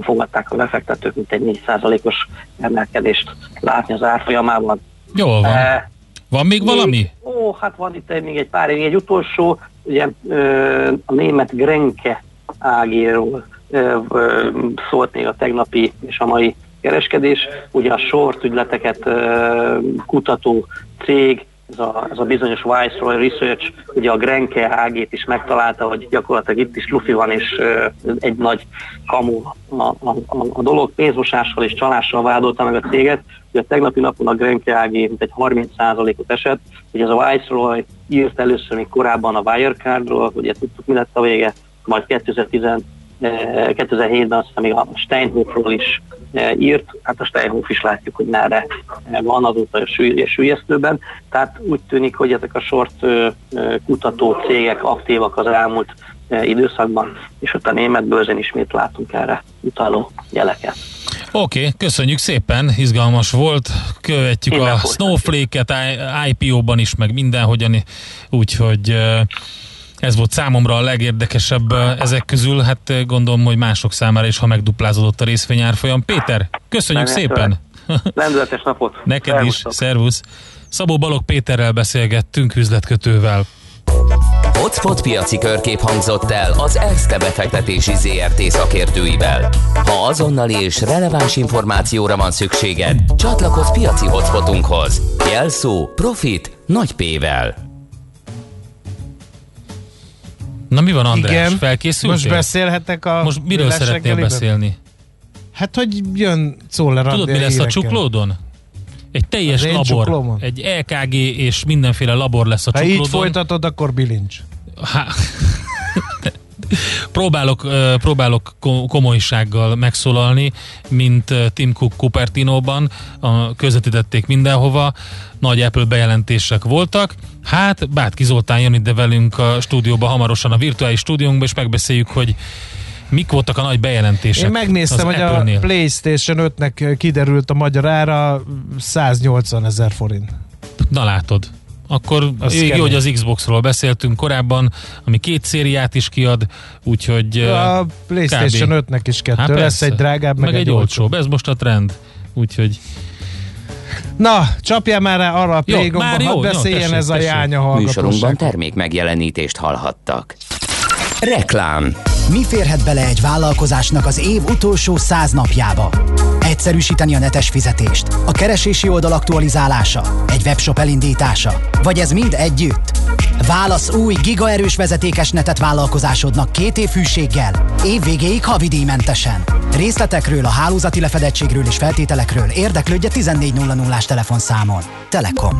fogadták a befektetők, mint egy 4%-os emelkedést látni az árfolyamában. Jól van. Van még valami? Hát van itt még egy pár, egy utolsó, ugye a német Grenke AG-ról szólt még a tegnapi és a mai kereskedés. Ugye a short ügyleteket kutató cég, ez a bizonyos Viceroy Research, ugye a Grenke AG-t is megtalálta, hogy gyakorlatilag itt is lufi van, és egy nagy kamu a dolog. Pénzmosással és csalással vádolta meg a céget. Ugye a tegnapi napon a Grenke AG egy 30%-ot esett. Ugye ez a Viceroy írt először még korábban a Wirecardról, ugye tudtuk, mi lett a vége, majd 2007-ben azt hiszem még a Steinhofról is írt, hát a Steinhof is látjuk, hogy merre van azóta a süllyesztőben, tehát úgy tűnik, hogy ezek a short kutató cégek aktívak az elmúlt időszakban, és ott a német bőrzén ismét látunk erre utaló jeleket. Oké, köszönjük szépen, izgalmas volt, követjük a Snowflake-et IPO-ban is, meg mindenhogyan, úgyhogy ez volt számomra a legérdekesebb ezek közül, hát gondolom, hogy mások számára is, ha megduplázódott a részvényárfolyam. Péter, köszönjük szépen! Lendületes napot! Neked is, szervusz! Szabó Balogh Péterrel beszélgettünk, üzletkötővel. Hotspot piaci körkép hangzott el az Erste befektetési ZRT szakértőivel. Ha azonnali és releváns információra van szükséged, csatlakozz piaci hotspotunkhoz. Jelszó Profit nagy P-vel. Na mi van, András? Igen, felkészültél? most beszélhetek a... Most miről szeretnél beszélni? Hát, hogy jön Czoller Andi. Tudod, mi lesz a csuklódon? Egy teljes labor. Csuklómon? Egy LKG és mindenféle labor lesz a csuklódon. Ha így folytatod, akkor bilincs. Próbálok komolysággal megszólalni, mint Tim Cook Cupertinóban, közvetítették mindenhova, nagy Apple bejelentések voltak. Hát Bátki Zoltán jön ide velünk a stúdióba hamarosan, a virtuális stúdiónkba, és megbeszéljük, hogy mik voltak a nagy bejelentések. Én megnéztem, hogy Apple-nél. a PlayStation 5-nek kiderült a magyar ára 180 000 forint. Na látod. Akkor jó, hogy az Xboxról beszéltünk korábban, ami 2 szériát is kiad, úgyhogy a PlayStation 5-nek is 2 lesz, egy drágább, meg egy olcsóbb. Ez most a trend, úgyhogy na, csapjál már rá arra a play-gombba, hadd beszéljen ez a jánya hallgatóság. Műsorunkban termék megjelenítést hallhattak. Reklám. Mi férhet bele egy vállalkozásnak az év utolsó 100 napjába? Egyszerűsíteni a netes fizetést, a keresési oldal aktualizálása, egy webshop elindítása, vagy ez mind együtt? Válasz új gigaerős vezetékes netet vállalkozásodnak 2 év hűséggel, évvégéig havidíjmentesen. Részletekről, a hálózati lefedettségről és feltételekről érdeklődj a 1400-as telefonszámon. Telekom.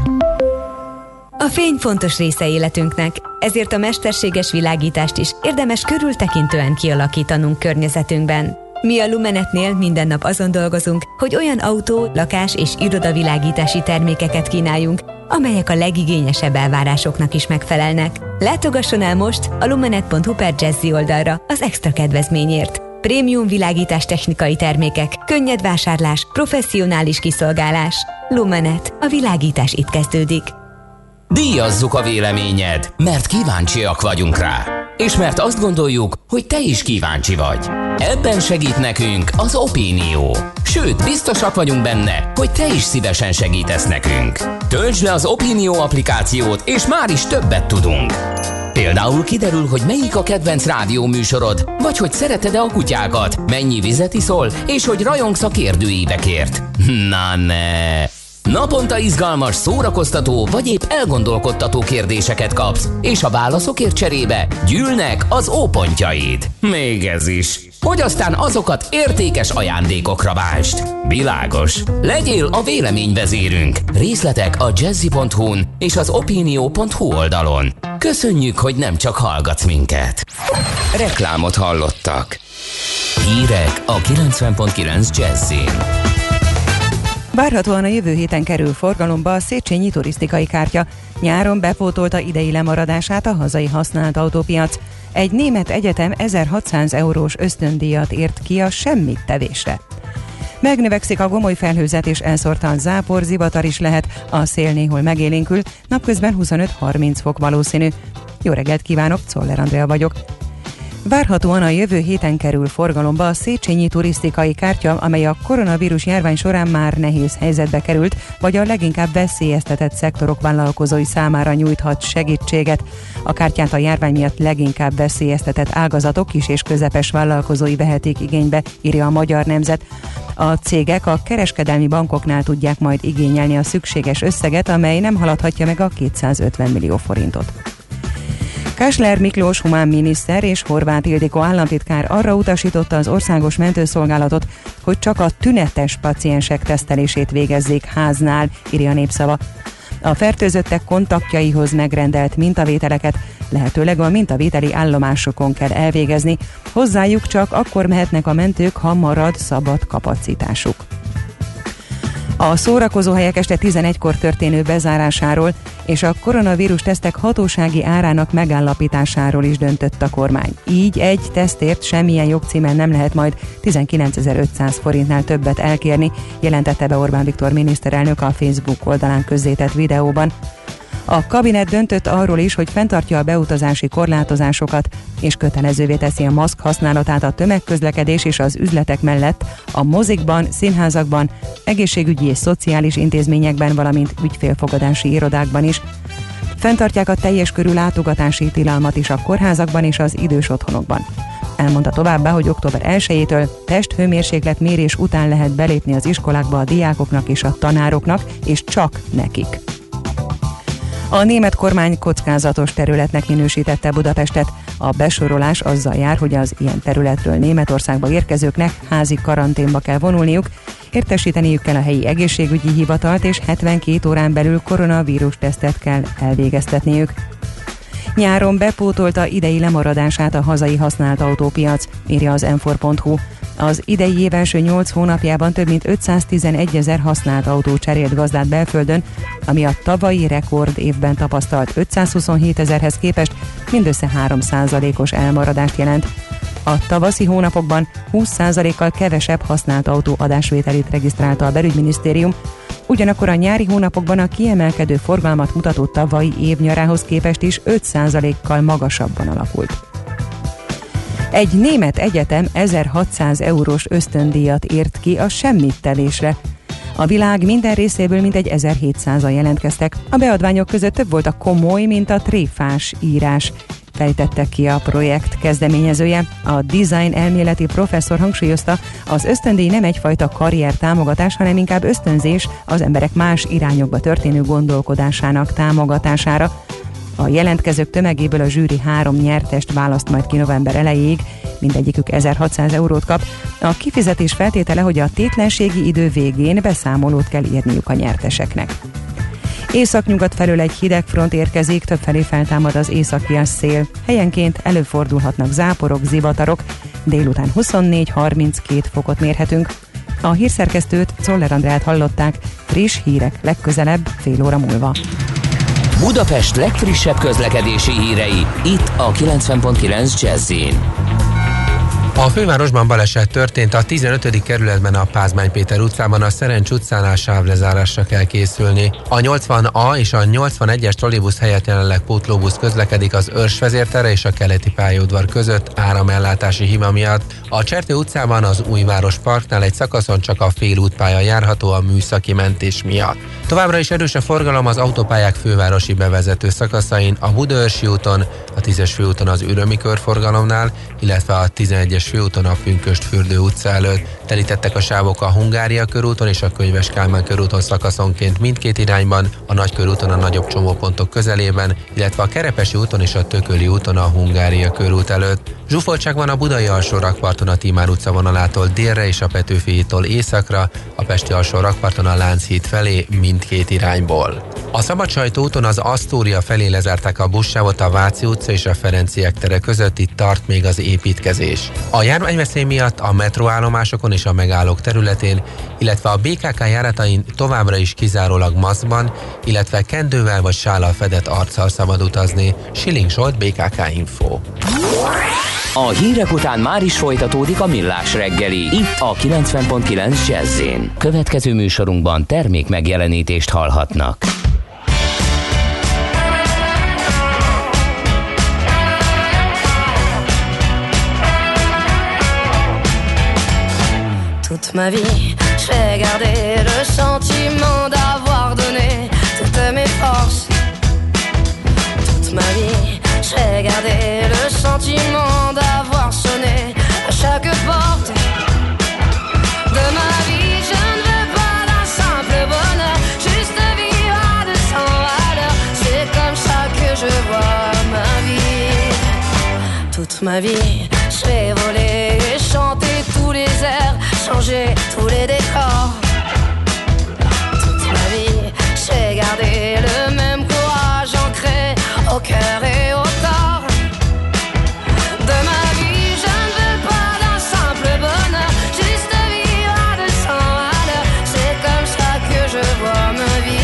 A fény fontos része életünknek, ezért a mesterséges világítást is érdemes körültekintően kialakítanunk környezetünkben. Mi a Lumenetnél minden nap azon dolgozunk, hogy olyan autó, lakás és irodavilágítási termékeket kínáljunk, amelyek a legigényesebb elvárásoknak is megfelelnek. Látogasson el most a lumenet.hu/Jazzy oldalra az extra kedvezményért. Prémium világítás technikai termékek, könnyed vásárlás, professzionális kiszolgálás. Lumenet. A világítás itt kezdődik. Díjazzuk a véleményed, mert kíváncsiak vagyunk rá. És mert azt gondoljuk, hogy te is kíváncsi vagy. Ebben segít nekünk az Opinio. Sőt, biztosak vagyunk benne, hogy te is szívesen segítesz nekünk. Töltsd le az Opinio applikációt, és már is többet tudunk. Például kiderül, hogy melyik a kedvenc rádióműsorod, vagy hogy szereted-e a kutyákat, mennyi vizet iszol, és hogy rajongsz a kérdőívekért. Na ne! Naponta izgalmas, szórakoztató vagy épp elgondolkodtató kérdéseket kapsz, és a válaszokért cserébe gyűlnek az ópontjaid. Még ez is. Hogy aztán azokat értékes ajándékokra váltsd. Világos. Legyél a véleményvezérünk. Részletek a jazzy.hu-n és az opinio.hu oldalon. Köszönjük, hogy nem csak hallgatsz minket. Reklámot hallottak. Hírek a 90.9 Jazzyn. Várhatóan a jövő héten kerül forgalomba a Széchenyi turisztikai kártya. Nyáron bepótolta idei lemaradását a hazai használt autópiac. Egy német egyetem 1600 eurós ösztöndíjat ért ki a semmit tevésre. Megnövekszik a gomoly felhőzet és elszórtan zápor, zivatar is lehet, a szél néhol megélénkül, napközben 25-30 fok valószínű. Jó reggelt kívánok, Czoller Andrea vagyok. Várhatóan a jövő héten kerül forgalomba a Széchenyi turisztikai kártya, amely a koronavírus járvány során már nehéz helyzetbe került, vagy a leginkább veszélyeztetett szektorok vállalkozói számára nyújthat segítséget. A kártyát a járvány miatt leginkább veszélyeztetett ágazatok kis és közepes vállalkozói vehetik igénybe, írja a Magyar Nemzet. A cégek a kereskedelmi bankoknál tudják majd igényelni a szükséges összeget, amely nem haladhatja meg a 250 millió forintot. Kásler Miklós humán miniszter és Horváth Ildikó államtitkár arra utasította az országos mentőszolgálatot, hogy csak a tünetes paciensek tesztelését végezzék háznál, írja a Népszava. A fertőzöttek kontaktjaihoz megrendelt mintavételeket lehetőleg a mintavételi állomásokon kell elvégezni, hozzájuk csak akkor mehetnek a mentők, ha marad szabad kapacitásuk. A szórakozóhelyek este 11-kor történő bezárásáról és a koronavírus tesztek hatósági árának megállapításáról is döntött a kormány. Így egy tesztért semmilyen jogcímen nem lehet majd 19.500 forintnál többet elkérni, jelentette be Orbán Viktor miniszterelnök a Facebook oldalán közzétett videóban. A kabinet döntött arról is, hogy fenntartja a beutazási korlátozásokat, és kötelezővé teszi a maszk használatát a tömegközlekedés és az üzletek mellett a mozikban, színházakban, egészségügyi és szociális intézményekben, valamint ügyfélfogadási irodákban is. Fenntartják a teljes körű látogatási tilalmat is a kórházakban és az idős otthonokban. Elmondta továbbá, hogy október 1-től testhőmérséklet mérés után lehet belépni az iskolákba a diákoknak és a tanároknak, és csak nekik. A német kormány kockázatos területnek minősítette Budapestet. A besorolás azzal jár, hogy az ilyen területről Németországba érkezőknek házi karanténba kell vonulniuk, értesíteniük kell a helyi egészségügyi hivatalt, és 72 órán belül koronavírus tesztet kell elvégeztetniük. Nyáron bepótolta idei lemaradását a hazai használt autópiac, írja az m4.hu. Az idei év első 8 hónapjában több mint 511 000 használt autó cserélt gazdát belföldön, ami a tavalyi rekord évben tapasztalt 527 000-hez képest mindössze 3%-os elmaradást jelent. A tavaszi hónapokban 20%-kal kevesebb használt autó adásvételét regisztrálta a belügyminisztérium, ugyanakkor a nyári hónapokban a kiemelkedő forgalmat mutató tavalyi év nyarához képest is 5%-kal magasabban alakult. Egy német egyetem 1600 eurós ösztöndíjat írt ki a semmittevésre. A világ minden részéből mintegy 1700-an jelentkeztek. A beadványok között több volt a komoly, mint a tréfás írás, fejtette ki a projekt kezdeményezője. A design elméleti professzor hangsúlyozta, az ösztöndíj nem egyfajta karrier támogatás, hanem inkább ösztönzés az emberek más irányokba történő gondolkodásának támogatására. A jelentkezők tömegéből a zsűri 3 nyertest választ majd ki november elejéig, mindegyikük 1600 eurót kap. A kifizetés feltétele, hogy a tétlenségi idő végén beszámolót kell írniuk a nyerteseknek. Északnyugat felől egy hideg front érkezik, többfelé feltámad az északias szél. Helyenként előfordulhatnak záporok, zivatarok, délután 24-32 fokot mérhetünk. A hírszerkesztőt, Czoller Andrát hallották, friss hírek legközelebb fél óra múlva. Budapest legfrissebb közlekedési hírei, itt a 90.9 Jazz-in. A fővárosban baleset történt, a 15. kerületben a Pázmány Péter utcában, a Szerencs utcánál sávlezárásra kell készülni. A 80A és a 81-es trollibusz helyett jelenleg pótlóbusz közlekedik az Örs vezértere és a keleti pályaudvar között áramellátási hiba miatt. A Csertő utcában az Újváros Parknál egy szakaszon csak a félútpálya járható a műszaki mentés miatt. Továbbra is erős a forgalom az autópályák fővárosi bevezető szakaszain, a Budaörsi úton, a 10-es főúton az Ürömi körforgalomnál, illetve a 11-es főúton a Pünkösdfürdő utca előtt. Telítettek a sávok a Hungária körúton és a Könyves Kálmán körúton szakaszonként mindkét irányban, a Nagykörúton a nagyobb csomópontok közelében, illetve a Kerepesi úton és a Tököli úton a Hungária körút előtt. Zsúfoltság van a Budai alsó rakparton a Tímár utca vonalától délre és a Petőfi hídtól északra, a Pesti alsó rakparton a Lánchíd felé mindkét irányból. A Szabadsajtó úton az Asztória felé lezárták a buszsávot a Váci utca és a Ferenciek tere között, itt tart még az építkezés. A járványveszély miatt a metróállomásokon és a megállók területén, illetve a BKK járatain továbbra is kizárólag maszkban, illetve kendővel vagy sállal fedett arccal szabad utazni. Schilling Zsolt, BKK Info. A hírek után már is folytatódik a Millás reggeli, itt a 90.9 Jazz-in. Következő műsorunkban termék megjelenítést hallhatnak. Toute ma vie, je vais garder le sentiment d'avoir donné toutes mes forces. Toute ma vie, je vais garder le sentiment d'avoir sonné à chaque porte de ma vie. Je ne veux pas d'un simple bonheur, juste vivre à 200 à l'heure. C'est comme ça que je vois ma vie. Toute ma vie, je vais voler et chanter tous les airs, changer tous les décors. Toute ma vie, je vais garder le même courage ancré au cœur et au corps. De ma vie, je ne veux pas d'un simple bonheur, juste vivre à 200 à l'heure. C'est comme ça que je vois ma vie.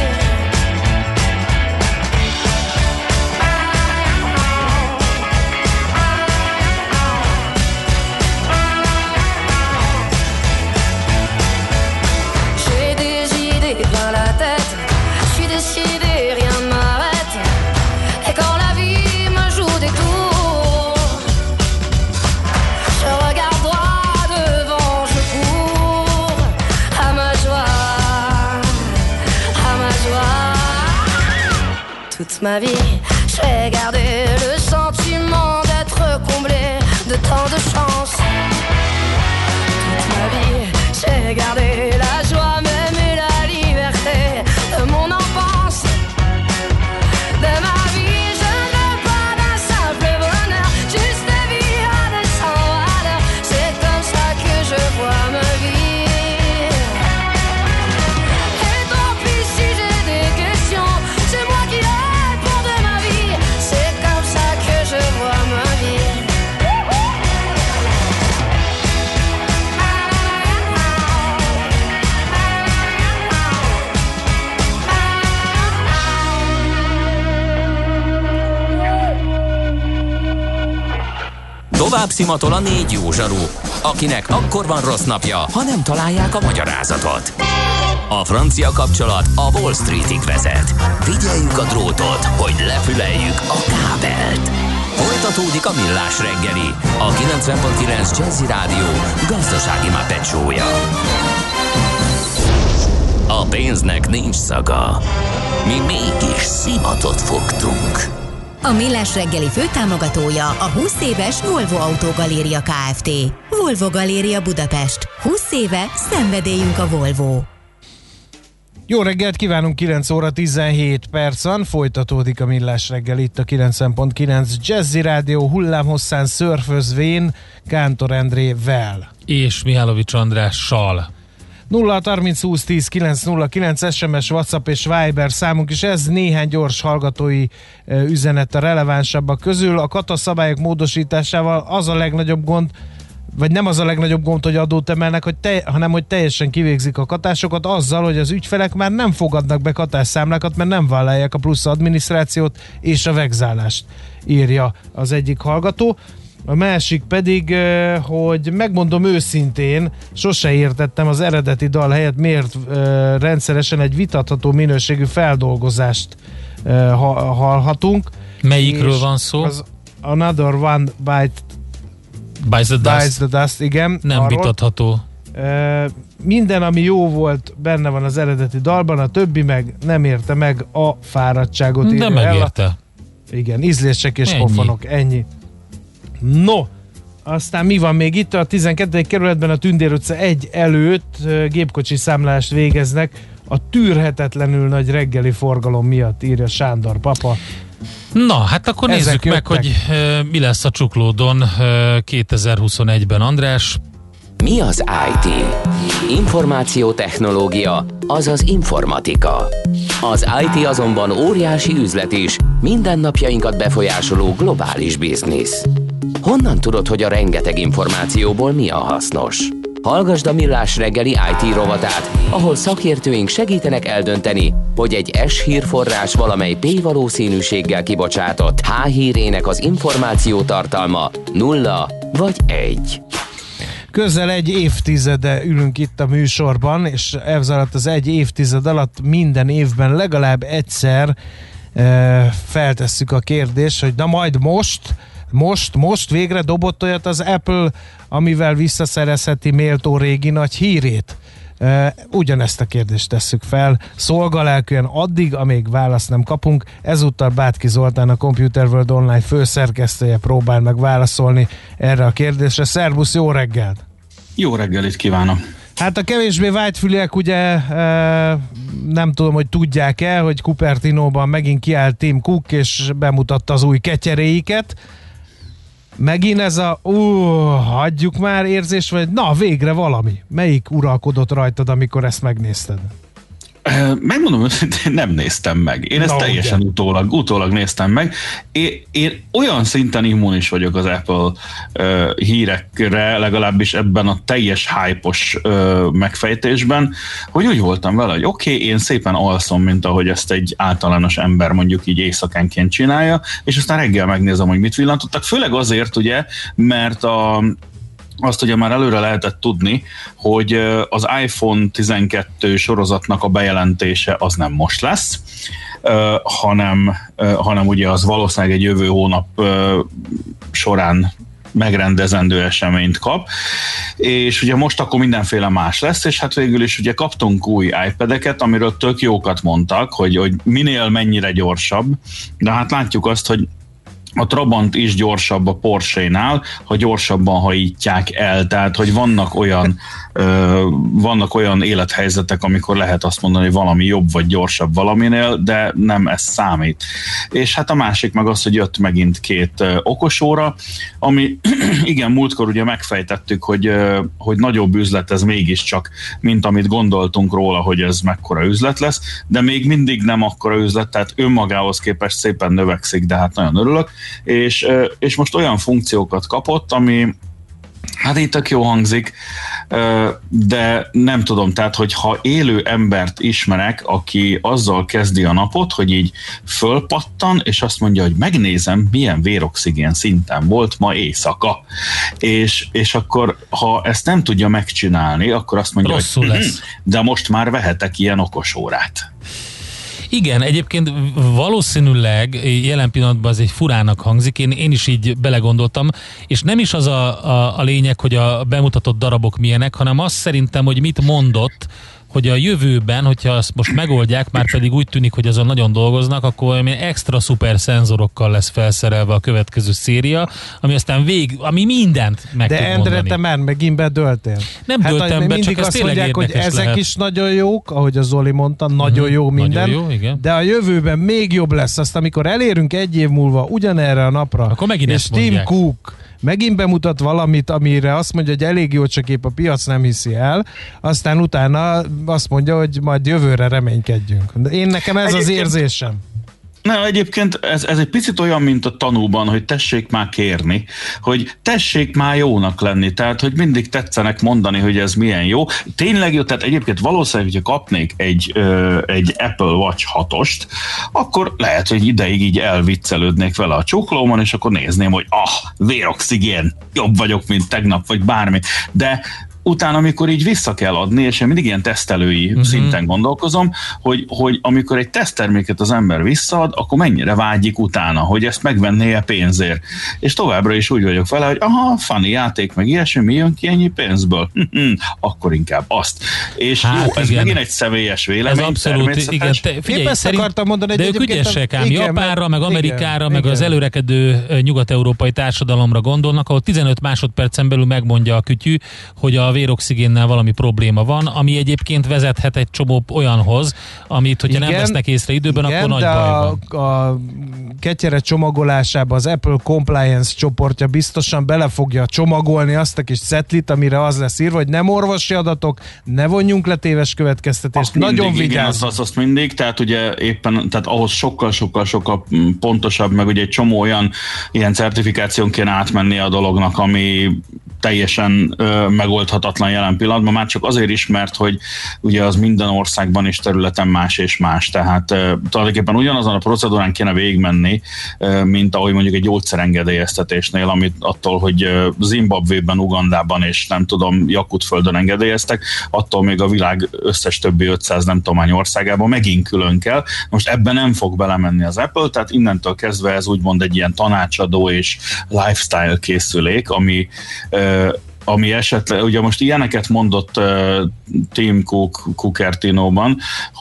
Toute ma vie, je vais garder le sentiment d'être comblé de tant de chance. Toute ma vie, je vais garder la joie même et la liberté de mon enfance. De ma vie, je ne veux pas d'un simple bonheur, juste vivre à 200 à l'heure. C'est comme ça que je vois ma vie. Et tant pis si j'ai des questions, c'est moi qui les réponds de ma vie. C'est comme ça que je vois ma vie. Tovább szimatol a 4 jó zsaru, akinek akkor van rossz napja, ha nem találják a magyarázatot. A francia kapcsolat a Wall Streetig vezet. Figyeljük a drótot, hogy lefüleljük a kábelt. Folytatódik a Millás reggeli, a 90.9 Jazzy Rádió gazdasági mápecsója. A pénznek nincs szaga, mi mégis szimatot fogtunk. A Millás reggeli főtámogatója a 20 éves Volvo Autogaléria Kft. Volvo Galéria Budapest. 20 éve szenvedélyünk a Volvo. Jó reggelt kívánunk, 9 óra 17 percen, folytatódik a Millás reggel itt a 90.9 Jazzy Rádió hullámhosszán szörfözvén Kántor Endrével. És Mihálovics Andrással. 0-30-20-10-9-09 SMS, WhatsApp és Viber számunk is, ez néhány gyors hallgatói üzenet a relevánsabbak közül. A kata szabályok módosításával az a legnagyobb gond, vagy nem az a legnagyobb gond, hogy adót emelnek, hanem hogy teljesen kivégzik a katásokat azzal, hogy az ügyfelek már nem fogadnak be katásszámlákat, mert nem vállalják a plusz adminisztrációt és a vegzálást, írja az egyik hallgató. A másik pedig, hogy megmondom őszintén, sose értettem az eredeti dal helyett miért rendszeresen egy vitatható minőségű feldolgozást hallhatunk. Melyikről van szó? Az Another One Bites the Dust, igen. Nem arról. Vitatható. Minden, ami jó volt, benne van az eredeti dalban, a többi meg nem érte meg a fáradtságot. De megérte. Igen, ízlések és pofonok, ennyi. No, aztán mi van még itt? A 12. kerületben a Tündér utca 1 előtt gépkocsi számlást végeznek a tűrhetetlenül nagy reggeli forgalom miatt, írja Sándor papa. Na, hát akkor nézzük meg, hogy mi lesz a Csuklódon 2021-ben, András. Mi az IT? Információtechnológia, azaz informatika. Az IT azonban óriási üzlet is, mindennapjainkat befolyásoló globális biznisz. Honnan tudod, hogy a rengeteg információból mi a hasznos? Hallgasd a Millás reggeli IT rovatát, ahol szakértőink segítenek eldönteni, hogy egy S hírforrás valamely P valószínűséggel kibocsátott H hírének az információ tartalma 0 vagy 1. Közel egy évtizede ülünk itt a műsorban, és ez alatt az egy évtized alatt minden évben legalább egyszer feltesszük a kérdést, hogy na majd most Most végre dobott olyat az Apple, amivel visszaszerezheti méltó régi nagy hírét. Ugyanezt a kérdést tesszük fel szolgalelkűen addig, amíg választ nem kapunk. Ezúttal Bátki Zoltán, a Computer World Online főszerkesztője próbál meg válaszolni erre a kérdésre. Szerbusz, jó reggelt! Jó reggelit kívánok! Hát a kevésbé vágyfülűek ugye nem tudom, hogy tudják-e, hogy Cupertinóban megint kiállt Tim Cook, és bemutatta az új ketyeréiket. Megint ez a hagyjuk már érzés, vagy na végre valami. Melyik uralkodott rajtad, amikor ezt megnézted? Megmondom őszintén, nem néztem meg. Én ezt teljesen utólag néztem meg. Én olyan szinten immunis vagyok az Apple hírekre, legalábbis ebben a teljes hype-os megfejtésben, hogy úgy voltam vele, hogy oké, én szépen alszom, mint ahogy ezt egy általános ember mondjuk így éjszakánként csinálja, és aztán reggel megnézem, hogy mit villantottak. Főleg azért, ugye, mert azt ugye már előre lehetett tudni, hogy az iPhone 12 sorozatnak a bejelentése az nem most lesz, hanem ugye az valószínűleg egy jövő hónap során megrendezendő eseményt kap, és ugye most akkor mindenféle más lesz, és hát végül is ugye kaptunk új iPad-eket, amiről tök jókat mondtak, hogy minél mennyire gyorsabb, de hát látjuk azt, hogy a Trabant is gyorsabb a Porsche-nál, ha gyorsabban hajítják el, tehát hogy vannak olyan élethelyzetek, amikor lehet azt mondani, hogy valami jobb vagy gyorsabb valaminél, de nem ez számít. És hát a másik meg az, hogy jött megint 2 okosóra, ami igen, múltkor ugye megfejtettük, hogy nagyobb üzlet ez mégiscsak, mint amit gondoltunk róla, hogy ez mekkora üzlet lesz, de még mindig nem akkora üzlet, tehát önmagához képest szépen növekszik, de hát nagyon örülök, és most olyan funkciókat kapott, ami hát itt tök jó hangzik, de nem tudom, tehát hogyha élő embert ismerek, aki azzal kezdi a napot, hogy így fölpattan, és azt mondja, hogy megnézem, milyen véroxigén szinten volt ma éjszaka. És akkor, ha ezt nem tudja megcsinálni, akkor azt mondja, rosszul hogy lesz. De most már vehetek ilyen okosórát. Igen, egyébként valószínűleg jelen pillanatban ez egy furának hangzik, én is így belegondoltam, és nem is az a lényeg, hogy a bemutatott darabok milyenek, hanem azt szerintem, hogy mit mondott, hogy a jövőben, hogyha azt most megoldják, már pedig úgy tűnik, hogy azon nagyon dolgoznak, akkor valami extra szuper szenzorokkal lesz felszerelve a következő széria, ami aztán ami mindent meg tud mondani. De Endre, te már megint bedöltél. Nem döltem be, csak ez tényleg érdekes hogy ezek lehet. is nagyon jók, ahogy a Zoli mondta, nagyon jó minden, nagyon jó, igen. De a jövőben még jobb lesz. Azt, amikor elérünk egy év múlva ugyanerre a napra, akkor megint és Tim Cook megint bemutat valamit, amire azt mondja, hogy elég jó, csak épp a piac nem hiszi el, aztán utána azt mondja, hogy majd jövőre reménykedjünk. De nekem ez az érzésem. Na, egyébként ez egy picit olyan, mint a tanúban, hogy tessék már kérni, hogy tessék már jónak lenni, tehát, hogy mindig tetszenek mondani, hogy ez milyen jó. Tényleg jó, tehát egyébként valószínűleg, hogyha kapnék egy Apple Watch 6-ost, akkor lehet, hogy ideig így elviccelődnék vele a csuklómon, és akkor nézném, hogy véroxigén, jobb vagyok, mint tegnap, vagy bármi. De utána, amikor így vissza kell adni, és én mindig ilyen tesztelői szinten gondolkozom, hogy amikor egy tesztterméket az ember visszaad, akkor mennyire vágyik utána, hogy ezt megvenné-e pénzért. És továbbra is úgy vagyok vele, hogy funny játék, meg ilyesmi, mi jön ki ennyi pénzből? Akkor inkább azt. És hát jó, ez igen. Megint egy személyes vélemény. Ez abszolút, igen. Figyelj, akartam mondani, de ők ügyesek ám, Japánra, meg Amerikára, meg az előrekedő nyugat-európai társadalomra gondolnak, ahol 15 másodpercen belül megmondja a kütyű, hogy a véroxigénnel valami probléma van, ami egyébként vezethet egy csomó olyanhoz, amit, hogyha nem vesznek észre időben, akkor nagy baj van. A ketyere csomagolásába az Apple Compliance csoportja biztosan bele fogja csomagolni azt a kis cetlit, amire az lesz írva, hogy nem orvosi adatok, ne vonjunk le téves következtetést. Azt nagyon mindig, vigyázzunk. Igen, azt mindig, tehát ugye éppen, tehát ahhoz sokkal pontosabb, meg ugye egy csomó olyan ilyen certifikáción kéne átmenni a dolognak, ami teljesen megoldhatatlan jelen pillanatban, már csak azért is, mert hogy ugye az minden országban és területen más és más, tehát tulajdonképpen ugyanazon a procedúrán kéne végigmenni, mint ahogy mondjuk egy gyógyszerengedélyeztetésnél, amit attól, hogy Zimbabvében, Ugandában és nem tudom, Jakutföldön engedélyeztek, attól még a világ összes többi 500 nem tudom hány országában megint külön kell. Most ebben nem fog belemenni az Apple, tehát innentől kezdve ez úgymond egy ilyen tanácsadó és lifestyle készülék, ami esetleg, ugye most ilyeneket mondott Tim Cook Cupertino-ban,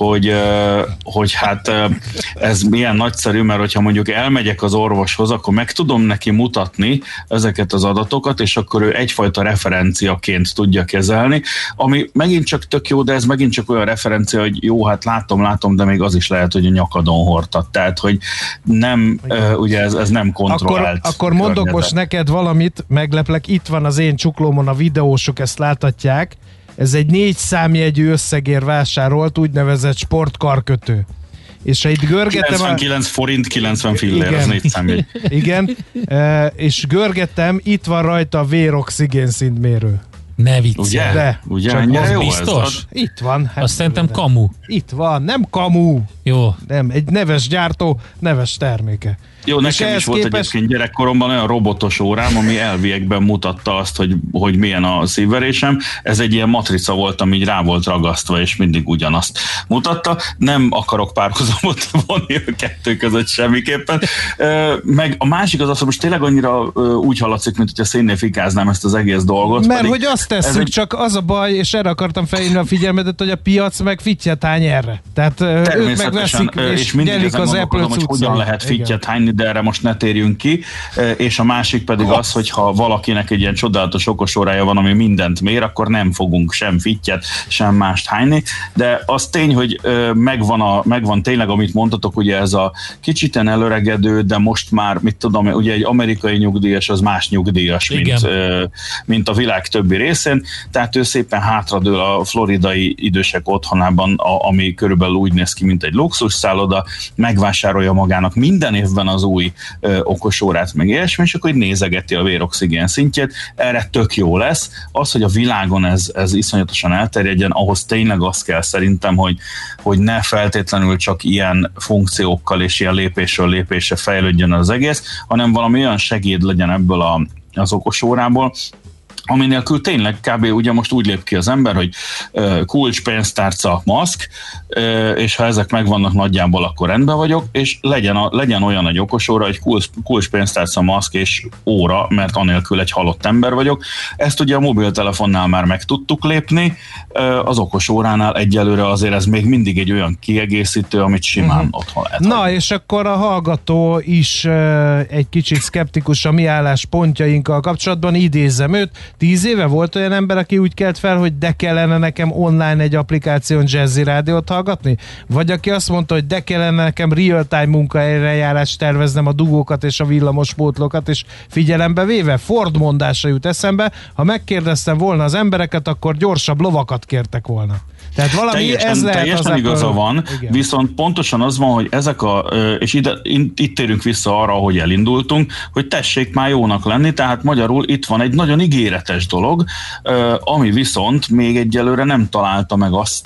hogy hát ez milyen nagyszerű, mert hogyha mondjuk elmegyek az orvoshoz, akkor meg tudom neki mutatni ezeket az adatokat, és akkor ő egyfajta referenciaként tudja kezelni, ami megint csak tök jó, de ez megint csak olyan referencia, hogy jó, hát látom, de még az is lehet, hogy a nyakadon hordtad. Tehát, hogy nem, ugye ez nem kontrollált. Akkor mondok most neked valamit, megleplek, itt van az én csuklómon a videósok, ezt láthatják. Ez egy 4 számjegyű összegér vásárolt úgynevezett sportkarkötő. És ha itt görgetem... 99 forint, 90 fillér, az 4 számjegy. Igen, és görgetem, itt van rajta a véroxigén szintmérő. Ne viccelj. De, ugye? Csak jó biztos? Ez? Itt van. Hát azt szerintem kamu. Itt van, nem kamu. Jó. Nem, egy neves gyártó, neves terméke. Jó, nekem is volt egyébként gyerekkoromban olyan robotos órám, ami elviekben mutatta azt, hogy milyen a szívverésem. Ez egy ilyen matrica volt, ami így rá volt ragasztva, és mindig ugyanazt mutatta. Nem akarok párhuzamot vonni a kettő között semmiképpen. Meg a másik az, hogy most tényleg annyira úgy hallatszik, mint hogyha szénnél ezt az egész dolgot. Mert hogy azt tesszük, csak az a baj, és erre akartam felhívni a figyelmedet, hogy a piac meg fittyet hány erre. Tehát ők megveszik, és nyelik az Apple hogy hogyan lehet fittyet hányni, de erre most ne térjünk ki, és a másik pedig az, hogy ha valakinek egy ilyen csodálatos okosórája van, ami mindent mér, akkor nem fogunk sem fittyet, sem mást hányni, de az tény, hogy megvan tényleg, amit mondtatok, ugye ez a kicsit előregedő, de most már, mit tudom, ugye egy amerikai nyugdíjas az más nyugdíjas, mint a világ többi részén, tehát ő szépen hátradől a floridai idősek otthonában, ami körülbelül úgy néz ki, mint egy luxusszálloda, megvásárolja magának minden évben az új okosórát, meg ilyesmi, és akkor így nézegeti a véroxigén szintjét. Erre tök jó lesz. Az, hogy a világon ez iszonyatosan elterjedjen, ahhoz tényleg azt kell szerintem, hogy ne feltétlenül csak ilyen funkciókkal és ilyen lépésről lépésre fejlődjön az egész, hanem valami olyan segéd legyen ebből az okosórából, ami nélkül tényleg kb. Ugye most úgy lép ki az ember, hogy kulcs, pénztárca, maszk, és ha ezek megvannak nagyjából, akkor rendben vagyok, és legyen olyan egy okosóra, hogy kulcs, pénztárca, maszk és óra, mert anélkül egy halott ember vagyok. Ezt ugye a mobiltelefonnál már meg tudtuk lépni, az okosóránál egyelőre azért ez még mindig egy olyan kiegészítő, amit simán otthon lehet. Na, és akkor a hallgató is egy kicsit szkeptikus a mi álláspontjainkkal kapcsolatban, idézem őt. 10 éve volt olyan ember, aki úgy kelt fel, hogy de kellene nekem online egy applikáción Jazzy rádiót hallgatni? Vagy aki azt mondta, hogy de kellene nekem real-time munkahelyre járást terveznem a dugókat és a villamos pótlókat, és figyelembe véve Ford mondása jut eszembe, ha megkérdeztem volna az embereket, akkor gyorsabb lovakat kértek volna. Tehát valami teljesen igaza van, igen. Viszont pontosan az van, hogy ezek és itt térünk vissza arra, ahogy elindultunk, hogy tessék már jónak lenni, tehát magyarul itt van egy nagyon ígéretes dolog, ami viszont még egyelőre nem találta meg azt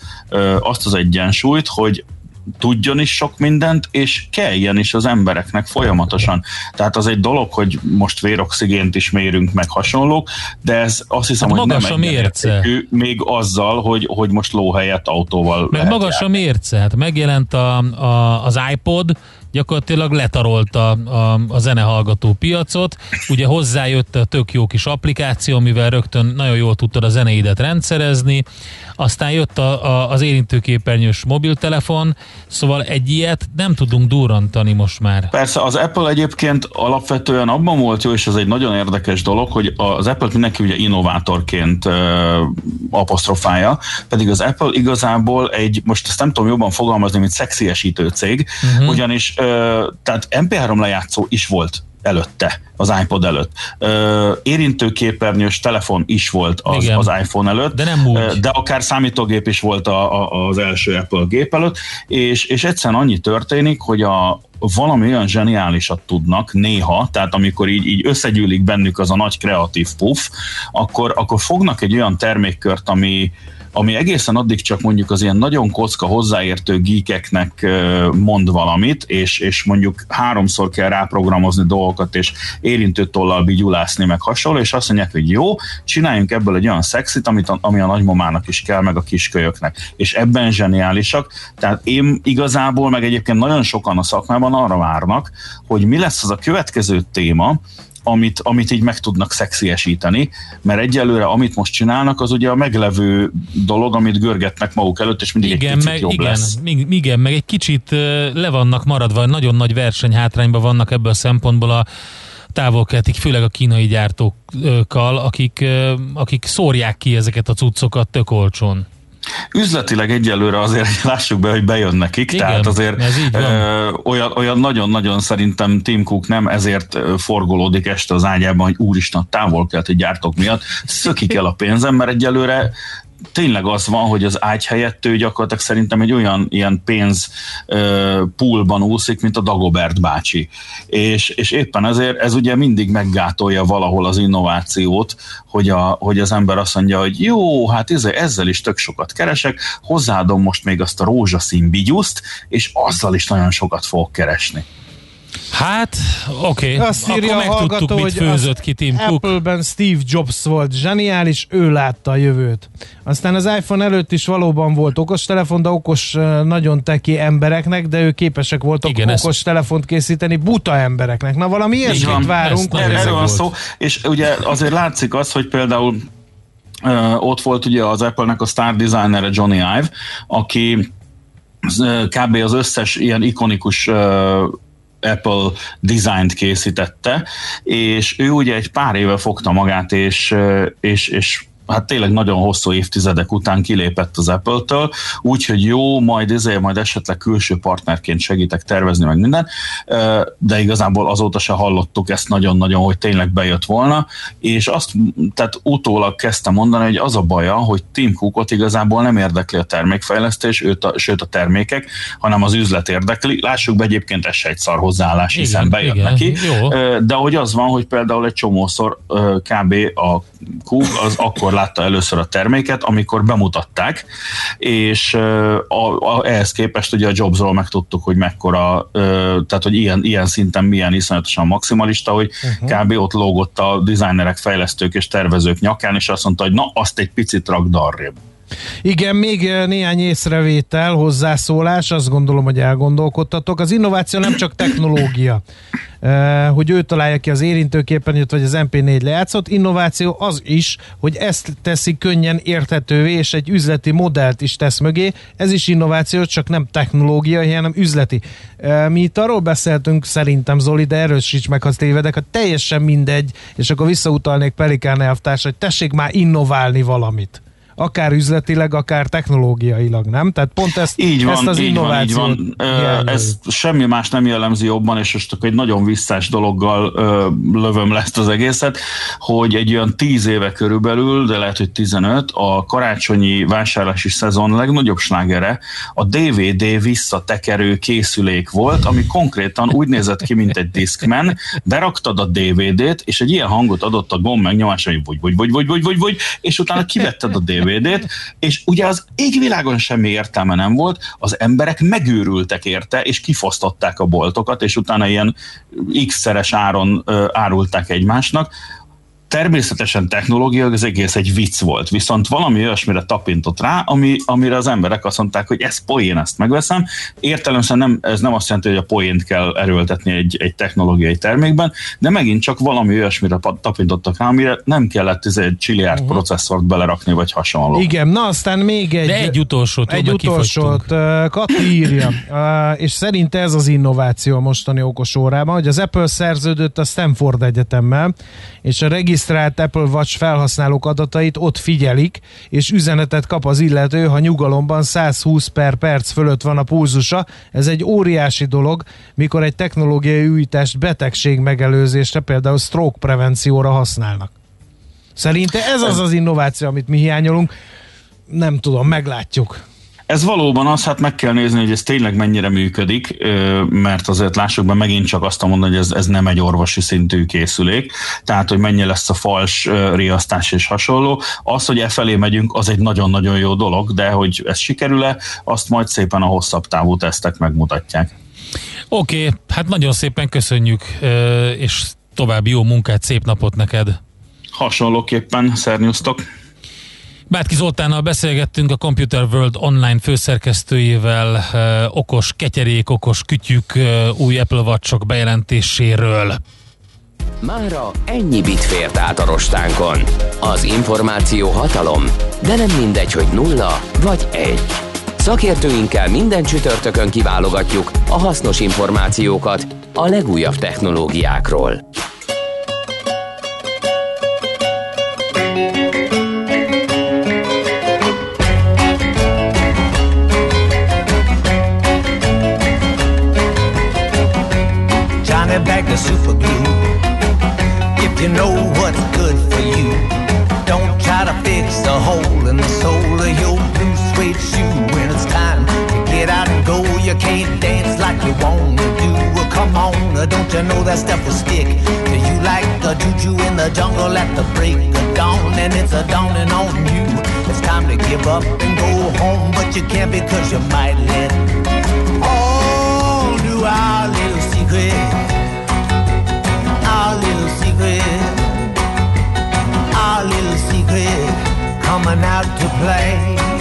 az egyensúlyt, hogy tudjon is sok mindent, és kelljen is az embereknek folyamatosan. Tehát az egy dolog, hogy most véroxigént is mérünk, meg hasonlók, de ez azt hiszem, hogy nem egyenértékű még azzal, hogy most lóhelyet autóval meg magas a mérce. Hát megjelent az iPod, gyakorlatilag letarolta a zenehallgató piacot, ugye hozzájött a tök jó kis applikáció, mivel rögtön nagyon jól tudtad a zenéidet rendszerezni, aztán jött az érintőképernyős mobiltelefon, szóval egy ilyet nem tudunk durrantani most már. Persze, az Apple egyébként alapvetően abban volt jó, és ez egy nagyon érdekes dolog, hogy az Apple mindenki ugye innovátorként apostrofálja, pedig az Apple igazából most ezt nem tudom jobban fogalmazni, mint szexiesítő cég, ugyanis tehát MP3 lejátszó is volt előtte az iPod előtt. Érintőképernyős telefon is volt az iPhone előtt, de nem úgy. De akár számítógép is volt az első Apple gép előtt, és egyszerűen annyi történik, hogy valami olyan zseniálisat tudnak néha, tehát amikor így összegyűlik bennük az a nagy kreatív puff, akkor fognak egy olyan termékkört, ami egészen addig csak mondjuk az ilyen nagyon kocka hozzáértő geekeknek mond valamit, és mondjuk 3-szor kell ráprogramozni dolgokat, és érintőtollal bigyulászni, meg hasonló, és azt mondják, hogy jó, csináljunk ebből egy olyan szexit, ami a nagymamának is kell, meg a kiskölyöknek. És ebben zseniálisak. Tehát én igazából, meg egyébként nagyon sokan a szakmában arra várnak, hogy mi lesz az a következő téma, amit így meg tudnak szexiesíteni, mert egyelőre, amit most csinálnak, az ugye a meglevő dolog, amit görgetnek maguk előtt, és mindig egy picit jobb lesz. Igen, meg egy kicsit le vannak maradva, nagyon nagy versenyhátrányban vannak ebből a szempontból a távol-keletig, főleg a kínai gyártókkal, akik szórják ki ezeket a cuccokat tök olcsón. Üzletileg egyelőre azért lássuk be, hogy bejön nekik, igen, tehát azért olyan nagyon-nagyon szerintem Tim Cook nem ezért forgolódik este az ágyában, hogy úristen, távol-keleti gyártók miatt szökik el a pénzem, mert egyelőre tényleg az van, hogy az ágy helyett ő gyakorlatilag szerintem egy olyan ilyen pénz poolban úszik, mint a Dagobert bácsi. És éppen ezért ez ugye mindig meggátolja valahol az innovációt, hogy az ember azt mondja, hogy jó, hát ezzel is tök sokat keresek, hozzáadom most még azt a rózsaszín bigyuszt, és azzal is nagyon sokat fogok keresni. Hát, oké. Azt írja akkor megtudtuk, mit főzött ki Tim Cook. Apple-ben Steve Jobs volt zseniális, ő látta a jövőt. Aztán az iPhone előtt is valóban volt okostelefon, de nagyon teki embereknek, de ők képesek voltak okos telefont készíteni buta embereknek. Na valami ilyesmit várunk. Erről van szó, és ugye azért látszik az, hogy például ott volt ugye az Apple-nek a sztár designere Johnny Ive, aki kb. Az összes ilyen ikonikus Apple designt készítette, és ő ugye egy pár éve fogta magát, és hát tényleg nagyon hosszú évtizedek után kilépett az Apple-től, úgyhogy jó, majd esetleg külső partnerként segítek tervezni meg minden, de igazából azóta se hallottuk ezt nagyon-nagyon, hogy tényleg bejött volna, és tehát utólag kezdte mondani, hogy az a baja, hogy Tim Cookot igazából nem érdekli a termékfejlesztés, sőt a termékek, hanem az üzlet érdekli. Lássuk be, egyébként ez se egy szar hozzáállás, hiszen bejött neki, de hogy az van, hogy például egy csomószor kb. A Cook az akkor látta először a terméket, amikor bemutatták, és ehhez képest ugye a Jobsról megtudtuk, hogy mekkora, tehát hogy ilyen szinten milyen iszonyatosan maximalista, hogy kb. Ott lógott a designerek, fejlesztők és tervezők nyakán, és azt mondta, hogy na, azt egy picit rakd arrébb. Igen, még néhány észrevétel, hozzászólás, azt gondolom, hogy elgondolkodtatok. Az innováció nem csak technológia, hogy ő találja ki az érintőképernyőt, vagy az MP4 lejátszót. Innováció az is, hogy ezt teszi könnyen érthetővé, és egy üzleti modellt is tesz mögé. Ez is innováció, csak nem technológia, hanem üzleti. Mi itt arról beszéltünk, szerintem, Zoli, de erősíts meg, ha tévedek, hogy teljesen mindegy, és akkor visszautalnék Pelikán elvtárs, hogy tessék már innoválni valamit. Akár üzletileg, akár technológiailag, nem? Tehát pont ezt az innovációt. Ez semmi más nem jellemzi jobban, és most egy nagyon visszás dologgal lövöm le ezt az egészet, hogy egy olyan 10 éve körülbelül, de lehet, hogy 15, a karácsonyi vásárlási szezon legnagyobb slágere a DVD visszatekerő készülék volt, ami konkrétan úgy nézett ki, mint egy Discman, beraktad a DVD-t, és egy ilyen hangot adott a gomb megnyomásra, hogy és utána kivetted a DVD-t, és ugye az égvilágon semmi értelme nem volt, az emberek megőrültek érte, és kifosztották a boltokat, és utána ilyen x-szeres áron árulták egymásnak. Természetesen technológia, az egész egy vicc volt, viszont valami olyasmire tapintott rá, amire az emberek azt mondták, hogy ez poén, ezt megveszem. Értelemszerűen ez nem azt jelenti, hogy a poént kell erőltetni egy technológiai termékben, de megint csak valami olyasmire tapintottak rá, amire nem kellett egy csiliárd processzort belerakni, vagy hasonló. Igen, na aztán még egy utolsót. Kati írja, és szerinte ez az innováció a mostani okos órában, hogy az Apple szerződött a Stanford Egyetemmel, és a regisztrált Apple Watch felhasználók adatait ott figyelik, és üzenetet kap az illető, ha nyugalomban 120 per perc fölött van a pulzusa. Ez egy óriási dolog, mikor egy technológiai újítást betegség megelőzésre, például stroke prevencióra használnak. Szerintem ez az az innováció, amit mi hiányolunk. Nem tudom, meglátjuk. Ez valóban az, hát meg kell nézni, hogy ez tényleg mennyire működik, mert azért lássuk be, megint csak azt mondani, hogy ez nem egy orvosi szintű készülék, tehát hogy mennyi lesz a fals riasztás és hasonló. Az, hogy felé megyünk, az egy nagyon-nagyon jó dolog, de hogy ez sikerül-e, azt majd szépen a hosszabb távú tesztek megmutatják. Oké, hát nagyon szépen köszönjük, és további jó munkát, szép napot neked! Hasonlóképpen, szernyusztok! Bátki Zoltánnal beszélgettünk, a Computer World online főszerkesztőjével okos ketyerék, okos kütyük, új Apple Watch-ok bejelentéséről. Mára ennyi bit fért át a rostánkon. Az információ hatalom, de nem mindegy, hogy 0 vagy 1. Szakértőinkkel minden csütörtökön kiválogatjuk a hasznos információkat a legújabb technológiákról. Back to super glue. If you know what's good for you, don't try to fix a hole in the sole of your blue suede shoe. When it's time to get out and go, you can't dance like you want to do. Well, come on, don't you know that stuff will stick to you like a juju in the jungle at the break of dawn, and it's a dawning on you. It's time to give up and go home, but you can't because you might let all do our little secret. Our little secret, coming out to play.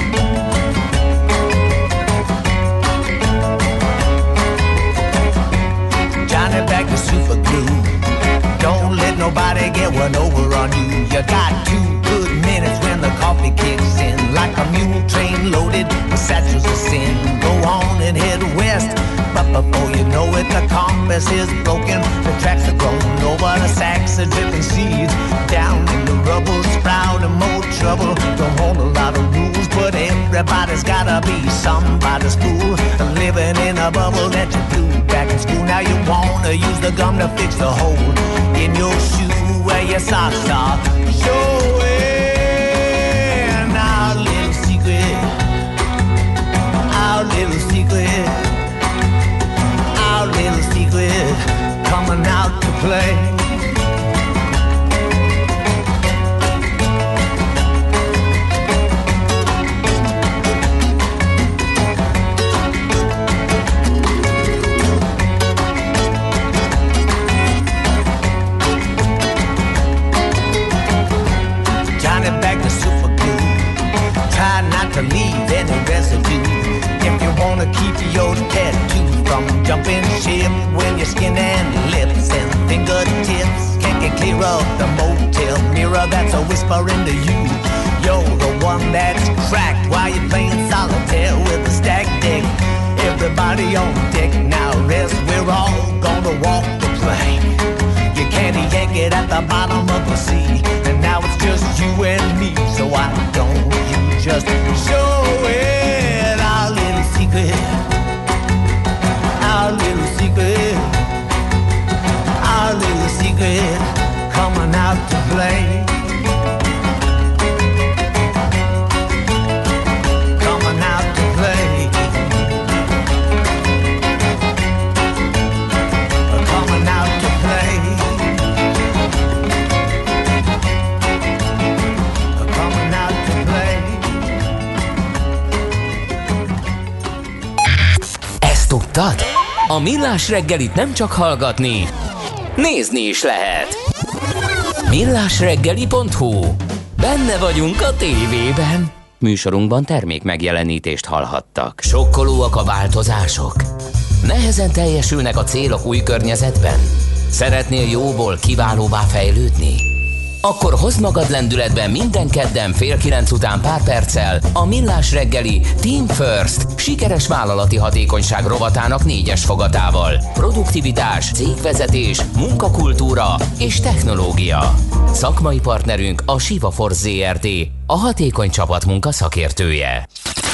Johnny back to super glue. Don't let nobody get one over on you. You got 2 good minutes when the coffee kicks in, like a mule train loaded with satchels of sin. Go on and head west, but before you know it, the compass is broken. The tracks are grown over, the sacks are dripping seeds down in the rubble, sprouting more trouble. Don't hold a lot of rules, but everybody's gotta be somebody's fool. Living in a bubble that you blew back in school. Now you wanna use the gum to fix the hole in your shoe where your socks are showing. Our little secret, our little secret, our little secret, coming out to play. Johnny back to super glue. Try not to leave any residue. If you wanna keep your tattoo from jumping ship, when your skin and lips and fingertips can't get clear of the motel mirror that's a whisper into you. You're the one that's cracked while you're playing solitaire with a stacked deck. Everybody on deck, now rest, we're all gonna walk the plank. You can't yank it at the bottom of the sea, and now it's just you and me. So why don't you just show it, our little secret, our little secret, our little secret, coming out to play. Coming out to play. Coming out to play. Coming out to play. Ezt tudtad? A Millás reggelit nem csak hallgatni, nézni is lehet. millásreggeli.hu. Benne vagyunk a tévében. Műsorunkban termék megjelenítést hallhattak. Sokkolóak a változások? Nehezen teljesülnek a célok új környezetben? Szeretnél jóból kiválóvá fejlődni? Akkor hozd magad lendületben minden kedden fél 9 után pár perccel a Millás reggeli Team First sikeres vállalati hatékonyság rovatának 4-es fogatával. Produktivitás, cégvezetés, munkakultúra és technológia. Szakmai partnerünk a Siva Force ZRT, a hatékony csapatmunka szakértője.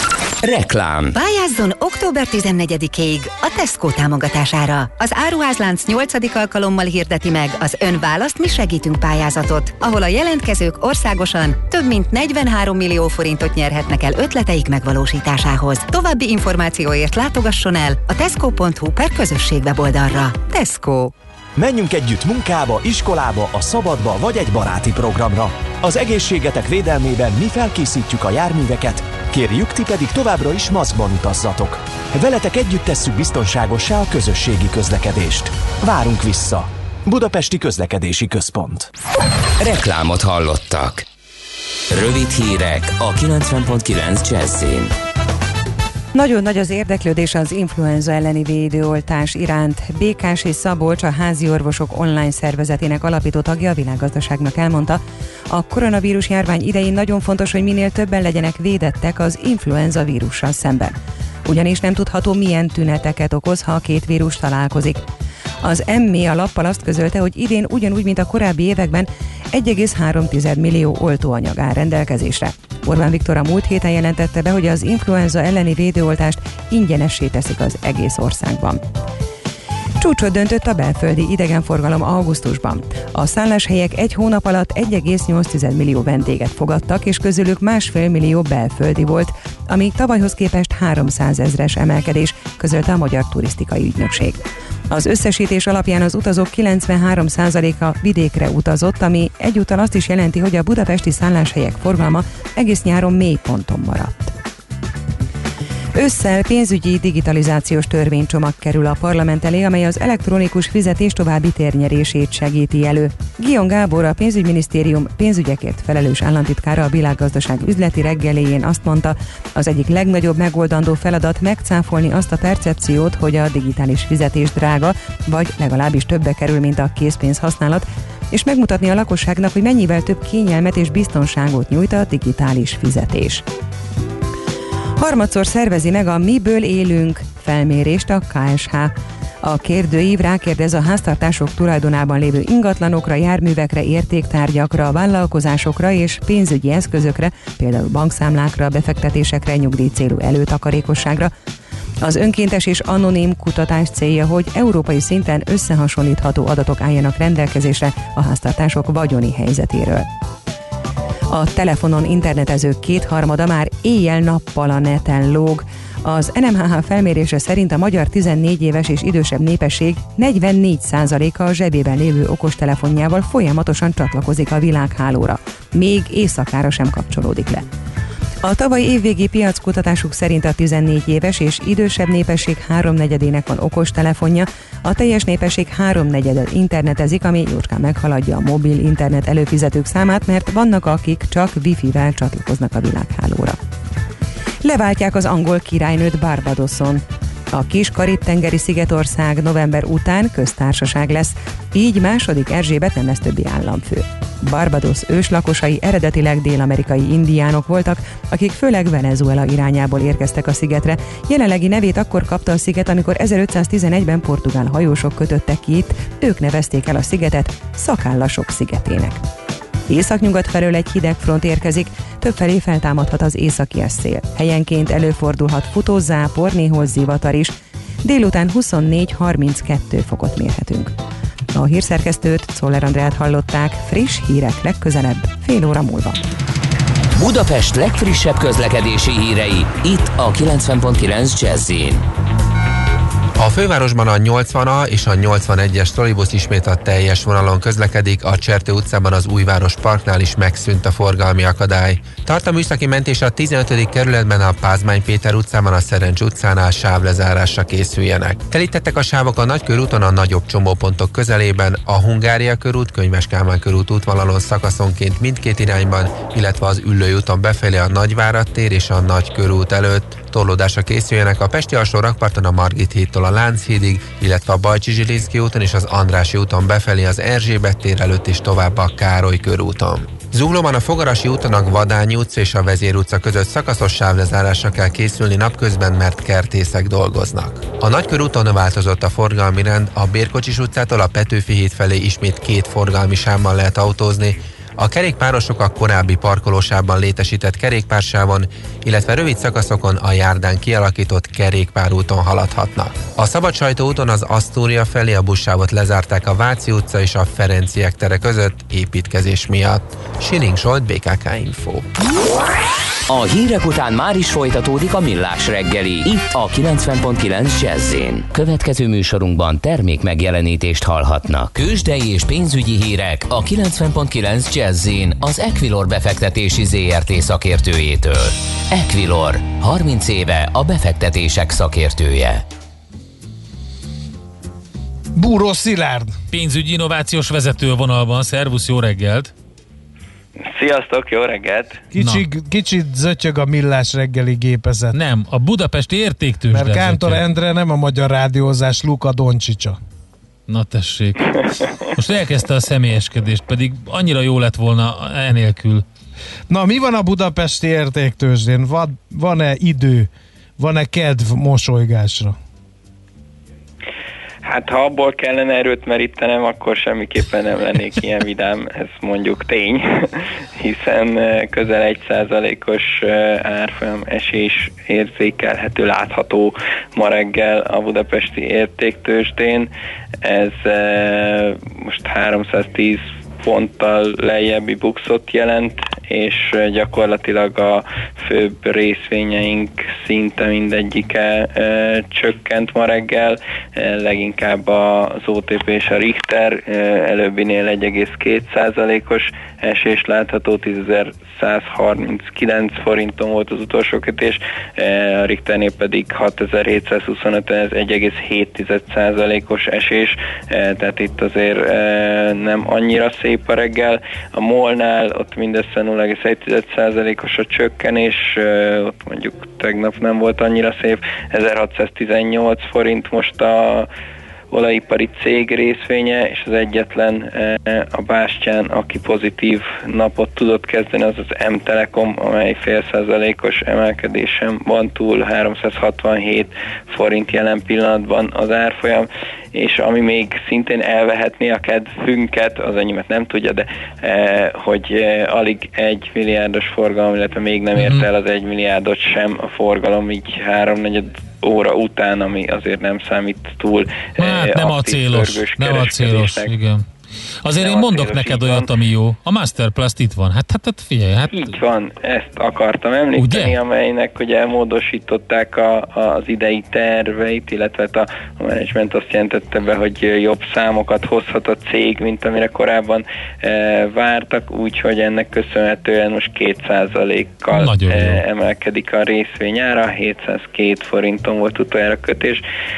Reklám. Pályázzon október 14-ig a Tesco támogatására. Az áruházlánc 8. alkalommal hirdeti meg az Ön választ, mi segítünk pályázatot, ahol a jelentkezők országosan több mint 43 millió forintot nyerhetnek el ötleteik megvalósításához. További információért látogasson el a tesco.hu/közösség weboldalra. Tesco. Menjünk együtt munkába, iskolába, a szabadba vagy egy baráti programra. Az egészségetek védelmében mi felkészítjük a járműveket, kérjük, ti pedig továbbra is maszkban utazzatok. Veletek együtt tesszük biztonságossá a közösségi közlekedést. Várunk vissza! Budapesti Közlekedési Központ. Reklámot hallottak. Rövid hírek a 90.9 Jazzin. Nagyon nagy az érdeklődés az influenza elleni védőoltás iránt. Békási Szabolcs, a házi orvosok online szervezetének alapító tagja a Világgazdaságnak elmondta, a koronavírus járvány idején nagyon fontos, hogy minél többen legyenek védettek az influenza vírussal szemben. Ugyanis nem tudható, milyen tüneteket okoz, ha a két vírus találkozik. Az ME a lappal azt közölte, hogy idén ugyanúgy, mint a korábbi években 1,3 millió oltóanyag áll rendelkezésre. Orbán Viktor a múlt héten jelentette be, hogy az influenza elleni védőoltást ingyenessé teszik az egész országban. Csúcsot döntött a belföldi idegenforgalom augusztusban. A szálláshelyek egy hónap alatt 1,8 millió vendéget fogadtak, és közülük 1,5 millió belföldi volt, ami tavalyhoz képest 300 000-es emelkedés, közölte a Magyar Turisztikai Ügynökség. Az összesítés alapján az utazók 93%-a vidékre utazott, ami egyúttal azt is jelenti, hogy a budapesti szálláshelyek forgalma egész nyáron mélyponton maradt. Ősszel pénzügyi digitalizációs törvénycsomag kerül a parlament elé, amely az elektronikus fizetés további térnyerését segíti elő. Guillaume Gábor, a pénzügyminisztérium pénzügyekért felelős államtitkára a Világgazdaság üzleti reggeléjén azt mondta, az egyik legnagyobb megoldandó feladat megcáfolni azt a percepciót, hogy a digitális fizetés drága, vagy legalábbis többe kerül, mint a készpénz használat, és megmutatni a lakosságnak, hogy mennyivel több kényelmet és biztonságot nyújt a digitális fizetés. Harmadszor szervezi meg a Miből élünk felmérést a KSH. A kérdőív rákérdez a háztartások tulajdonában lévő ingatlanokra, járművekre, értéktárgyakra, vállalkozásokra és pénzügyi eszközökre, például bankszámlákra, befektetésekre, nyugdíjcélú előtakarékosságra. Az önkéntes és anonim kutatás célja, hogy európai szinten összehasonlítható adatok álljanak rendelkezésre a háztartások vagyoni helyzetéről. A telefonon internetezők 2/3 már éjjel-nappal a neten lóg. Az NMHH felmérése szerint a magyar 14 éves és idősebb népesség 44%-a a zsebében lévő okostelefonjával folyamatosan csatlakozik a világhálóra. Még éjszakára sem kapcsolódik le. A tavalyi évvégi piackutatásuk szerint a 14 éves és idősebb népesség 3/4-ének van okostelefonja, a teljes népesség 3/4 internetezik, ami jócskán meghaladja a mobil internet előfizetők számát, mert vannak, akik csak wifi-vel csatlakoznak a világhálóra. Leváltják az angol királynőt Barbadoson. A kis Karib-tengeri szigetország november után köztársaság lesz, így második Erzsébet nem lesz többi államfő. Barbados őslakosai eredetileg dél-amerikai indiánok voltak, akik főleg Venezuela irányából érkeztek a szigetre. Jelenlegi nevét akkor kapta a sziget, amikor 1511-ben portugál hajósok kötöttek ki itt, ők nevezték el a szigetet Szakállasok szigetének. Északnyugat felől egy hideg front érkezik, többfelé feltámadhat az északi szél. Helyenként előfordulhat futó zápor, néhol zivatar is. Délután 24-32 fokot mérhetünk. A hírszerkesztőt, Czoller Andrát hallották, friss hírek legközelebb, fél óra múlva. Budapest legfrissebb közlekedési hírei, itt a 90.9 Jazz-in. A fővárosban a 80A és a 81-es trolibusz ismét a teljes vonalon közlekedik, a Csertő utcában az Újváros Parknál is megszűnt a forgalmi akadály. Tart a műszaki mentés a 15. kerületben a Pázmány Péter utcában, a Szerencs utcánál sávlezárásra készüljenek. Telítettek a sávok a Nagykörúton a nagyobb csomópontok közelében, a Hungária körút, Könyves Kálmán körút útvonalon szakaszonként mindkét irányban, illetve az Üllői úton befelé a Nagyvárad tér és a Nagykörút előtt. torlódásra készüljenek a Pesti alsó rakparton a Margit hídtól a Lánchídig, illetve a Bajcsy-Zsilinszky úton és az Andrássy úton befelé az Erzsébet tér előtt is tovább a Károly körúton. Zuglóban a Fogarasi úton a Vadányi utca és a Vezér utca között szakaszos sávlezárásra kell készülni napközben, mert kertészek dolgoznak. A Nagykörúton változott a forgalmi rend, a Bérkocsis utcától a Petőfi híd felé ismét 2 forgalmi sávban lehet autózni, a kerékpárosok a korábbi parkolósávban létesített kerékpársávon, illetve rövid szakaszokon a járdán kialakított kerékpárúton haladhatnak. A Szabadsajtó úton az Asztúria felé a buszsávot lezárták a Váci utca és a Ferenciek tere között építkezés miatt. Siling Zsolt, BKK Info. A hírek után már is folytatódik a Millás reggeli, itt a 90.9 Jazz-én. Következő műsorunkban termék megjelenítést hallhatnak. Kősdei és pénzügyi hírek a 90.9 Jazz-én az Equilor befektetési ZRT szakértőjétől. Equilor, 30 éve a befektetések szakértője. Búró Szilárd, pénzügyi innovációs vezető a vonalban. Szervusz, jó reggelt! Sziasztok, jó reggelt! Kicsit zötyög a Millás reggeli gépezet. Nem, a budapesti értéktőzsde. Mert Kántor Endre nem a magyar rádiózás Luka Doncsicsa. Na tessék. Most elkezdte a személyeskedést, pedig annyira jó lett volna enélkül. Na, mi van a budapesti értéktőzsdén? Van-e idő? Van-e kedv mosolygásra? Hát ha abból kellene erőt merítenem, akkor semmiképpen nem lennék ilyen vidám, ez mondjuk tény, hiszen közel 1%-os árfolyam esés érzékelhető, látható ma reggel a budapesti értéktőzsdén. Ez most 310 ponttal lejjebbi buxot jelent, és gyakorlatilag a főbb részvényeink szinte mindegyike csökkent ma reggel, leginkább az OTP és a Richter, előbbinél 1,2%-os esés látható, 10.139 forinton volt az utolsó kötés, a Richternél pedig 6.725, ez 1,7%-os esés, tehát itt azért nem annyira szép a reggel. A MOL-nál ott mindössze 0,1%-os a csökkenés, ott mondjuk tegnap nem volt annyira szép, 1618 forint most a olajipari cég részvénye, és az egyetlen a Bástyán, aki pozitív napot tudott kezdeni, az az M-Telekom, amely 0,5%-os emelkedésen van túl, 367 forint jelen pillanatban az árfolyam, és ami még szintén elvehetné a kedvünket, az enyémet nem tudja, de hogy alig 1 milliárdos forgalom, illetve még nem ért el az 1 milliárdot sem a forgalom, így 3-4 óra után, ami azért nem számít túl nem acélos, igen. Azért én mondok neked olyat, ami jó. A Masterplast itt van. Hát figyelj. Így van, ezt akartam említeni, ugye? Amelynek ugye elmódosították az idei terveit, illetve a menedzsment azt jelentette be, hogy jobb számokat hozhat a cég, mint amire korábban vártak, úgyhogy ennek köszönhetően most 2%-kal emelkedik a részvényára, 702 forinton volt utoljára kötés.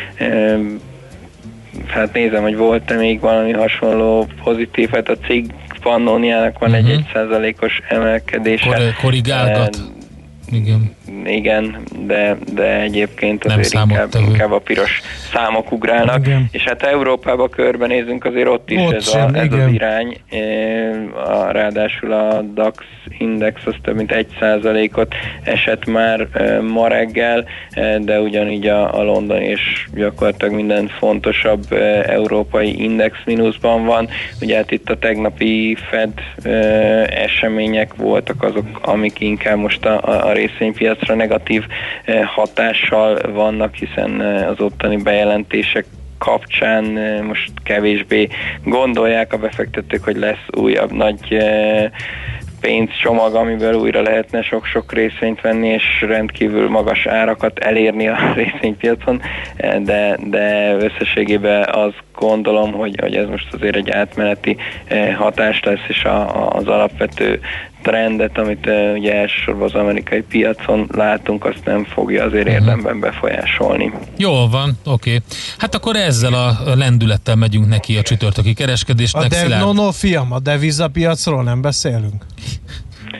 Hát nézem, hogy volt-e még valami hasonló pozitív, hát a cég Pannoniának van egy 1%-os emelkedése. Korrigálgat. Igen, de egyébként azért inkább a piros számok ugrálnak. Igen. És hát Európába körbenézünk, azért ott is ez az irány. Ráadásul a DAX index az több mint 1%-ot esett már ma reggel, de ugyanígy a London és gyakorlatilag minden fontosabb európai index mínuszban van. Ugye hát itt a tegnapi Fed események voltak azok, amik inkább most a részvénypiacra negatív hatással vannak, hiszen az ottani bejelentések kapcsán most kevésbé gondolják a befektetők, hogy lesz újabb nagy pénzcsomag, amiből újra lehetne sok-sok részvényt venni, és rendkívül magas árakat elérni a részvénypiacon, de összességében azt gondolom, hogy ez most azért egy átmeneti hatás lesz, és az alapvető trendet, amit ugye elsősorban az amerikai piacon látunk, azt nem fogja azért érdemben befolyásolni. Jól van, oké. Hát akkor ezzel a lendülettel megyünk neki a csütörtöki kereskedésnek. Fiam, a devizapiacról nem beszélünk?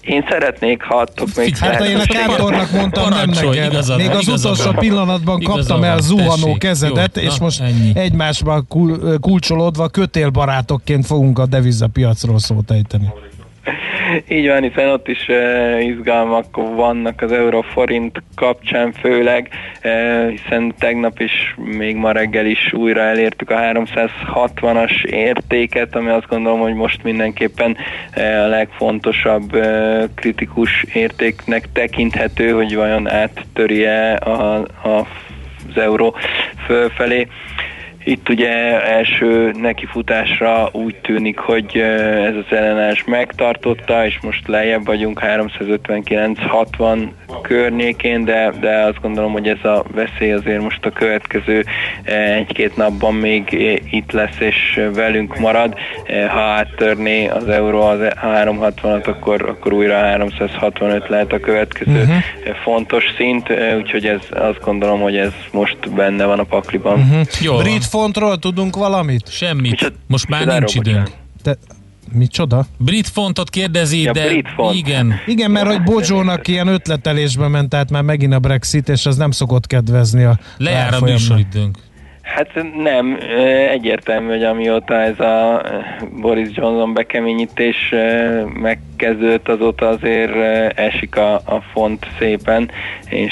Én szeretnék, ha adtok még. Hát én a Kántornak mondtam, nem neked. Még az utolsó pillanatban kaptam el zuhanó kezedet, jó, és most egymásba kulcsolódva kötélbarátokként fogunk a devizapiacról szót ejteni. Így van, hiszen ott is izgalmak vannak az euró-forint kapcsán főleg, hiszen tegnap is, még ma reggel is újra elértük a 360-as értéket, ami azt gondolom, hogy most mindenképpen a legfontosabb kritikus értéknek tekinthető, hogy vajon áttöri-e az euró fölfelé. Itt ugye első nekifutásra úgy tűnik, hogy ez az ellenállás megtartotta, és most lejjebb vagyunk 359-60 környékén, de azt gondolom, hogy ez a veszély azért most a következő egy-két napban még itt lesz és velünk marad. Ha áttörné az euró a 360-at, akkor újra 365 lehet a következő fontos szint, úgyhogy azt gondolom, hogy ez most benne van a pakliban. Brit fontról tudunk valamit? Semmit. Most már nincs időnk. Micsoda? Brit fontot kérdezi, ja, de igen. Igen, mert hogy Bodzsónak ilyen ötletelésbe ment, tehát már megint a Brexit, és az nem szokott kedvezni a lejár a műsoridőnk. Hát nem, egyértelmű, hogy amióta ez a Boris Johnson bekeményítés megkezdődött, azóta azért esik a font szépen, és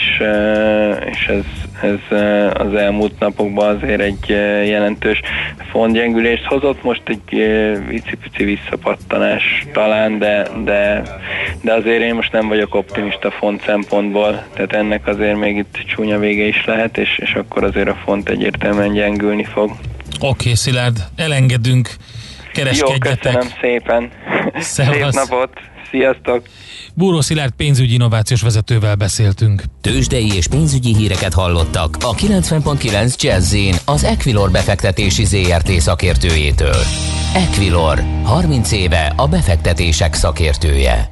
ez az elmúlt napokban azért egy jelentős fontgyengülést hozott, most egy icipici visszapattanás talán, de azért én most nem vagyok optimista font szempontból, tehát ennek azért még itt csúnya vége is lehet, és akkor azért a font egyértelműen gyengülni fog. Oké, Szilárd, elengedünk, kereskedjetek. Jó, köszönöm szépen. Szép napot, sziasztok! Búró Szilárd pénzügyi innovációs vezetővel beszéltünk. Tőzsdei és pénzügyi híreket hallottak a 90.9 Jazz-in az Equilor befektetési ZRT szakértőjétől. Equilor, 30 éve a befektetések szakértője.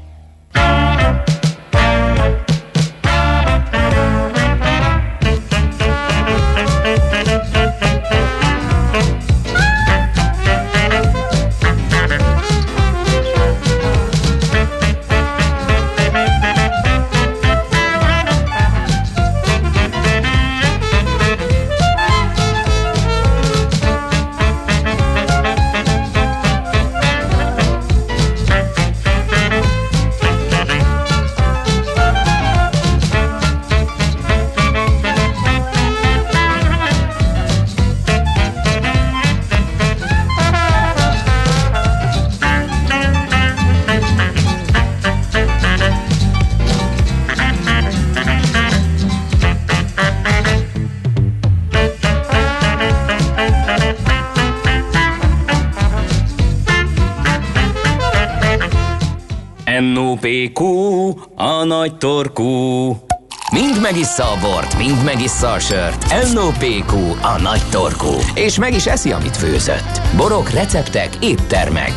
NOPQ, a nagy torkú. Mind megissza a bort, mind megissza a sört. NOPQ, a nagy torkú. És meg is eszi, amit főzött. Borok, receptek, éttermek.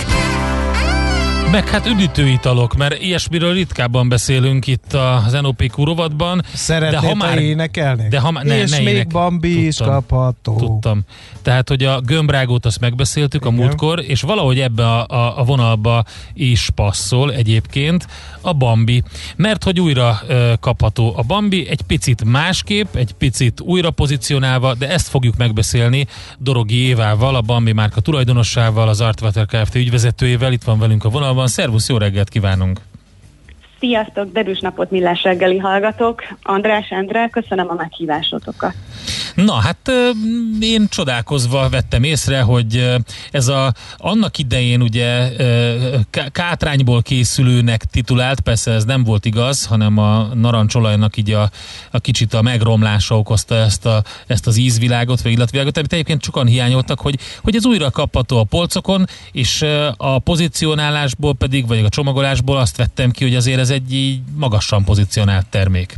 Meg hát üdítőitalok, mert ilyesmiről ritkábban beszélünk itt az NOPQ rovatban. Szeretnéd, ha énekelni? És még Bambi is kapható. Tudtam. Tehát, hogy a gömbrágót azt megbeszéltük a múltkor, és valahogy ebbe a vonalba is passzol egyébként a Bambi. Mert hogy újra kapható a Bambi, egy picit másképp, egy picit újra pozícionálva, de ezt fogjuk megbeszélni Dorogi Évával, a Bambi márka tulajdonossával, az Artwater Kft. Ügyvezetőjével. Itt van velünk a vonalban. Szervusz, jó reggelt kívánunk! Sziasztok, derűs napot, Millás reggeli hallgatók! András, Endre, köszönöm a meghívásotokat. Na, hát én csodálkozva vettem észre, hogy ez annak idején ugye kátrányból készülőnek titulált, persze ez nem volt igaz, hanem a narancsolajnak így a kicsit a megromlása okozta ezt az ízvilágot, vagy illatvilágot, amit egyébként sokan hiányoltak, hogy ez újra kapható a polcokon, és a pozícionálásból pedig, vagy a csomagolásból azt vettem ki, hogy azért ez egy így magasan pozícionált termék.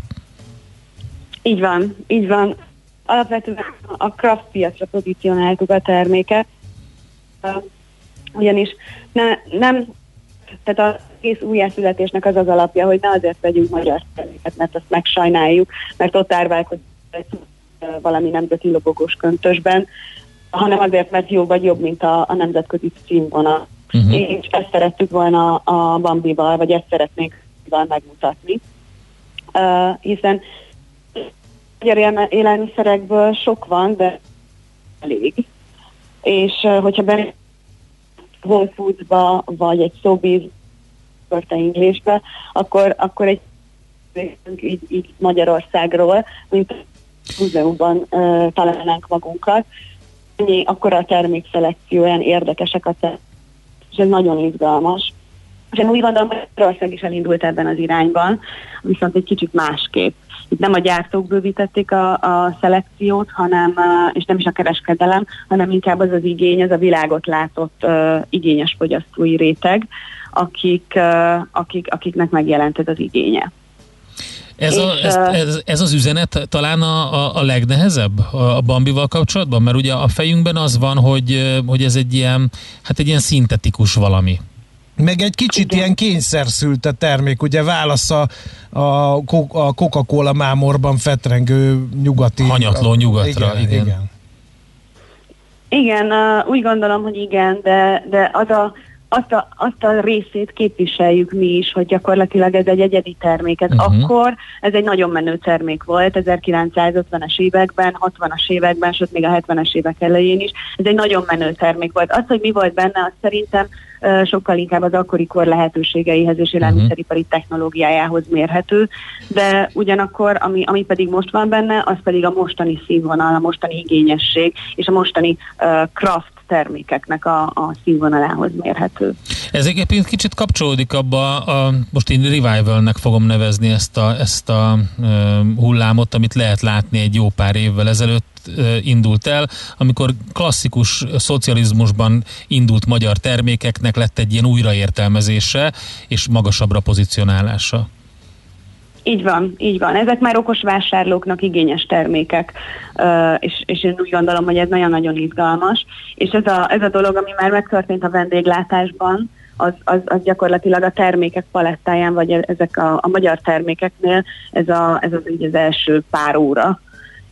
Így van, így van. Alapvetően a craft piacra pozícionáltuk a terméket, ugyanis nem, tehát az egész újjászületésnek az az alapja, hogy ne azért vegyünk magyar terméket, mert azt megsajnáljuk, mert ott árválkodik valami nemzeti lobogós köntösben, hanem azért, mert jó vagy jobb, mint a nemzetközi színvonal. És ezt szerettük volna a Bambival, vagy ezt szeretnénk megmutatni. Hiszen magyar élelmiszerekből sok van, de elég. És hogyha be Whole Foodsba, vagy egy Sobeys proteinglésbe, akkor egy így Magyarországról, mint múzeumban találnánk magunkat. Akkor a termékszelekció olyan érdekesek és ez nagyon izgalmas. És én úgy gondolom, hogy Magyarország is elindult ebben az irányban, viszont egy kicsit másképp. Itt nem a gyártók bővítették a szelekciót, és nem is a kereskedelem, hanem inkább az igény, az a világot látott igényes fogyasztói réteg, akiknek megjelent ez az igénye. Ez az üzenet talán a legnehezebb a Bambival kapcsolatban? Mert ugye a fejünkben az van, hogy ez egy ilyen szintetikus valami. Meg egy kicsit ilyen kényszerszült a termék, ugye válasz a Coca-Cola mámorban fetrengő nyugati... Hanyatló nyugatra, igen. Igen, úgy gondolom, hogy igen, de azt a részét képviseljük mi is, hogy gyakorlatilag ez egy egyedi termék. Akkor ez egy nagyon menő termék volt, 1950-es években, 60-as években, sőt még a 70-es évek elején is. Ez egy nagyon menő termék volt. Az, hogy mi volt benne, az szerintem sokkal inkább az akkori kor lehetőségeihez és élelmiszeripari technológiájához mérhető, de ugyanakkor, ami pedig most van benne, az pedig a mostani színvonal, a mostani igényesség és a mostani craft termékeknek a színvonalához mérhető. Ez egyébként kicsit kapcsolódik abba, most én revivalnek fogom nevezni ezt a hullámot, amit lehet látni egy jó pár évvel ezelőtt indult el, amikor klasszikus szocializmusban indult magyar termékeknek lett egy ilyen újraértelmezése és magasabbra pozicionálása. Így van. Ezek már okos vásárlóknak igényes termékek, és én úgy gondolom, hogy ez nagyon-nagyon izgalmas. És ez a dolog, ami már megtörtént a vendéglátásban, az gyakorlatilag a termékek palettáján, vagy ezek a magyar termékeknél ez az első pár óra.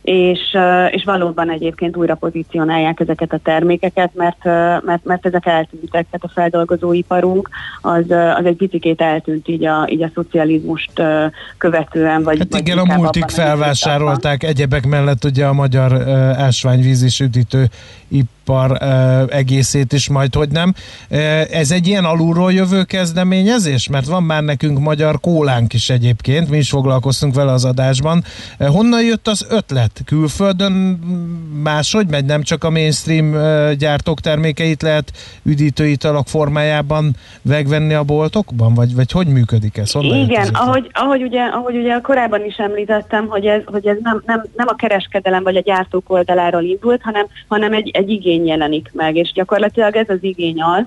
És valóban egyébként újra pozícionálják ezeket a termékeket, mert ezek eltűntek, tehát a feldolgozóiparunk az egy picikét eltűnt így a szocializmust követően. Hát igen, a multik felvásárolták egyebek mellett ugye a magyar ásványvízi sütítő ipar egészét is, majd hogy nem. Ez egy ilyen alulról jövő kezdeményezés? Mert van már nekünk magyar kólánk is egyébként, mi is foglalkoztunk vele az adásban. Honnan jött az ötlet? Külföldön máshogy megy? Nem csak a mainstream gyártók termékeit lehet üdítőitalak formájában megvenni a boltokban? Vagy hogy működik ez? Honnan igen, ahogy ugye korábban is említettem, hogy ez nem a kereskedelem vagy a gyártók oldaláról indult, hanem egy igény jelenik meg, és gyakorlatilag ez az igény az,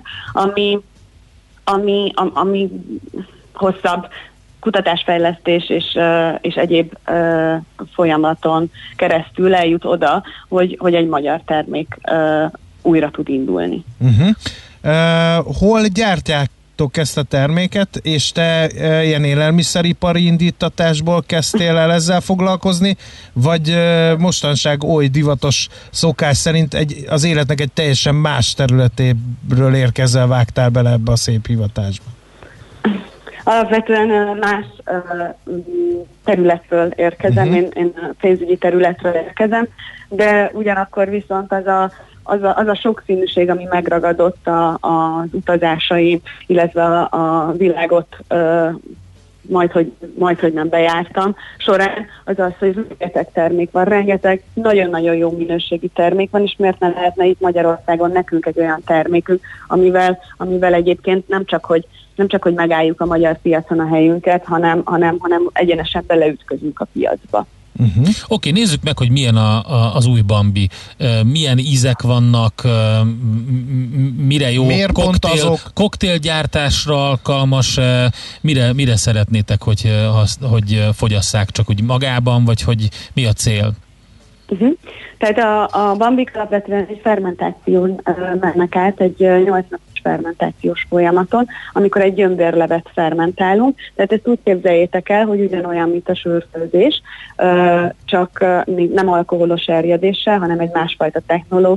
ami hosszabb kutatásfejlesztés és egyéb folyamaton keresztül eljut oda, hogy egy magyar termék újra tud indulni. Hol gyártják ezt a terméket, és te ilyen élelmiszeripari indítatásból kezdtél el ezzel foglalkozni, vagy mostanság oly divatos szokás szerint az életnek egy teljesen más területéről érkezel, vágtál bele ebbe a szép hivatásba? Alapvetően más területről érkezem, én pénzügyi területről érkezem, de ugyanakkor viszont az a sokszínűség, ami megragadott az utazásaim, illetve a világot majdhogy nem bejártam során, az, hogy rengeteg termék van, rengeteg nagyon-nagyon jó minőségű termék van, és miért nem lehetne itt Magyarországon nekünk egy olyan termékünk, amivel egyébként nem csak, hogy megálljuk a magyar piacon a helyünket, hanem egyenesen beleütközünk a piacba. Oké, nézzük meg, hogy milyen az új Bambi. Milyen ízek vannak, mire jó, koktélgyártásra alkalmas, mire szeretnétek, hogy fogyasszák, csak úgy magában, vagy hogy mi a cél? Tehát a Bambik alapvetően egy fermentáción mennek át, egy 8 napos fermentációs folyamaton, amikor egy gyömbérlevet fermentálunk. Tehát ezt úgy képzeljétek el, hogy ugyanolyan, mint a sörfőzés, csak nem alkoholos erjedéssel, hanem egy másfajta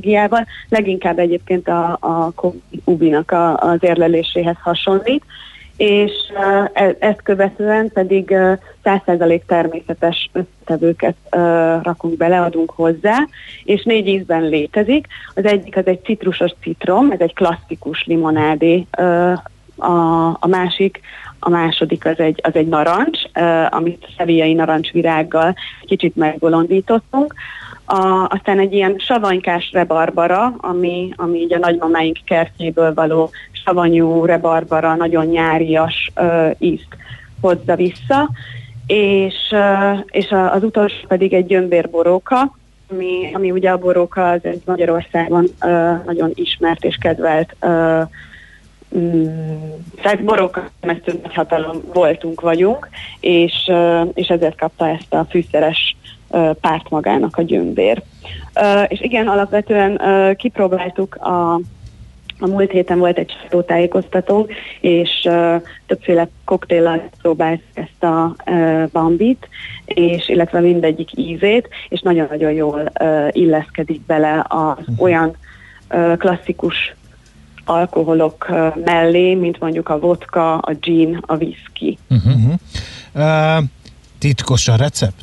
technológiával. Leginkább egyébként a ubinak az érleléséhez hasonlít, és ezt követően pedig 100% természetes összetevőket rakunk bele, adunk hozzá, és 4 ízben létezik. Az egyik az egy citrusos citrom, ez egy klasszikus limonádé, a második az egy narancs, amit sevillai narancsvirággal kicsit megbolondítottunk. Aztán egy ilyen savanykás rebarbara, ami így a nagymamáink kertjéből való savanyú rebarbara, nagyon nyárias ízt hozza vissza, és az utolsó pedig egy gyömbérboróka, ami ugye a boróka az egy Magyarországon nagyon ismert és kedvelt tehát boróka termesztő nagyhatalom vagyunk, és ezért kapta ezt a fűszeres párt magának a gyömbér. És igen, alapvetően kipróbáltuk a múlt héten volt egy sajtótájékoztatónk, és többféle koktéllal próbáltuk ezt a bambit, illetve mindegyik ízét, és nagyon-nagyon jól illeszkedik bele az olyan klasszikus alkoholok mellé, mint mondjuk a vodka, a gin, a whisky. Titkos a recept?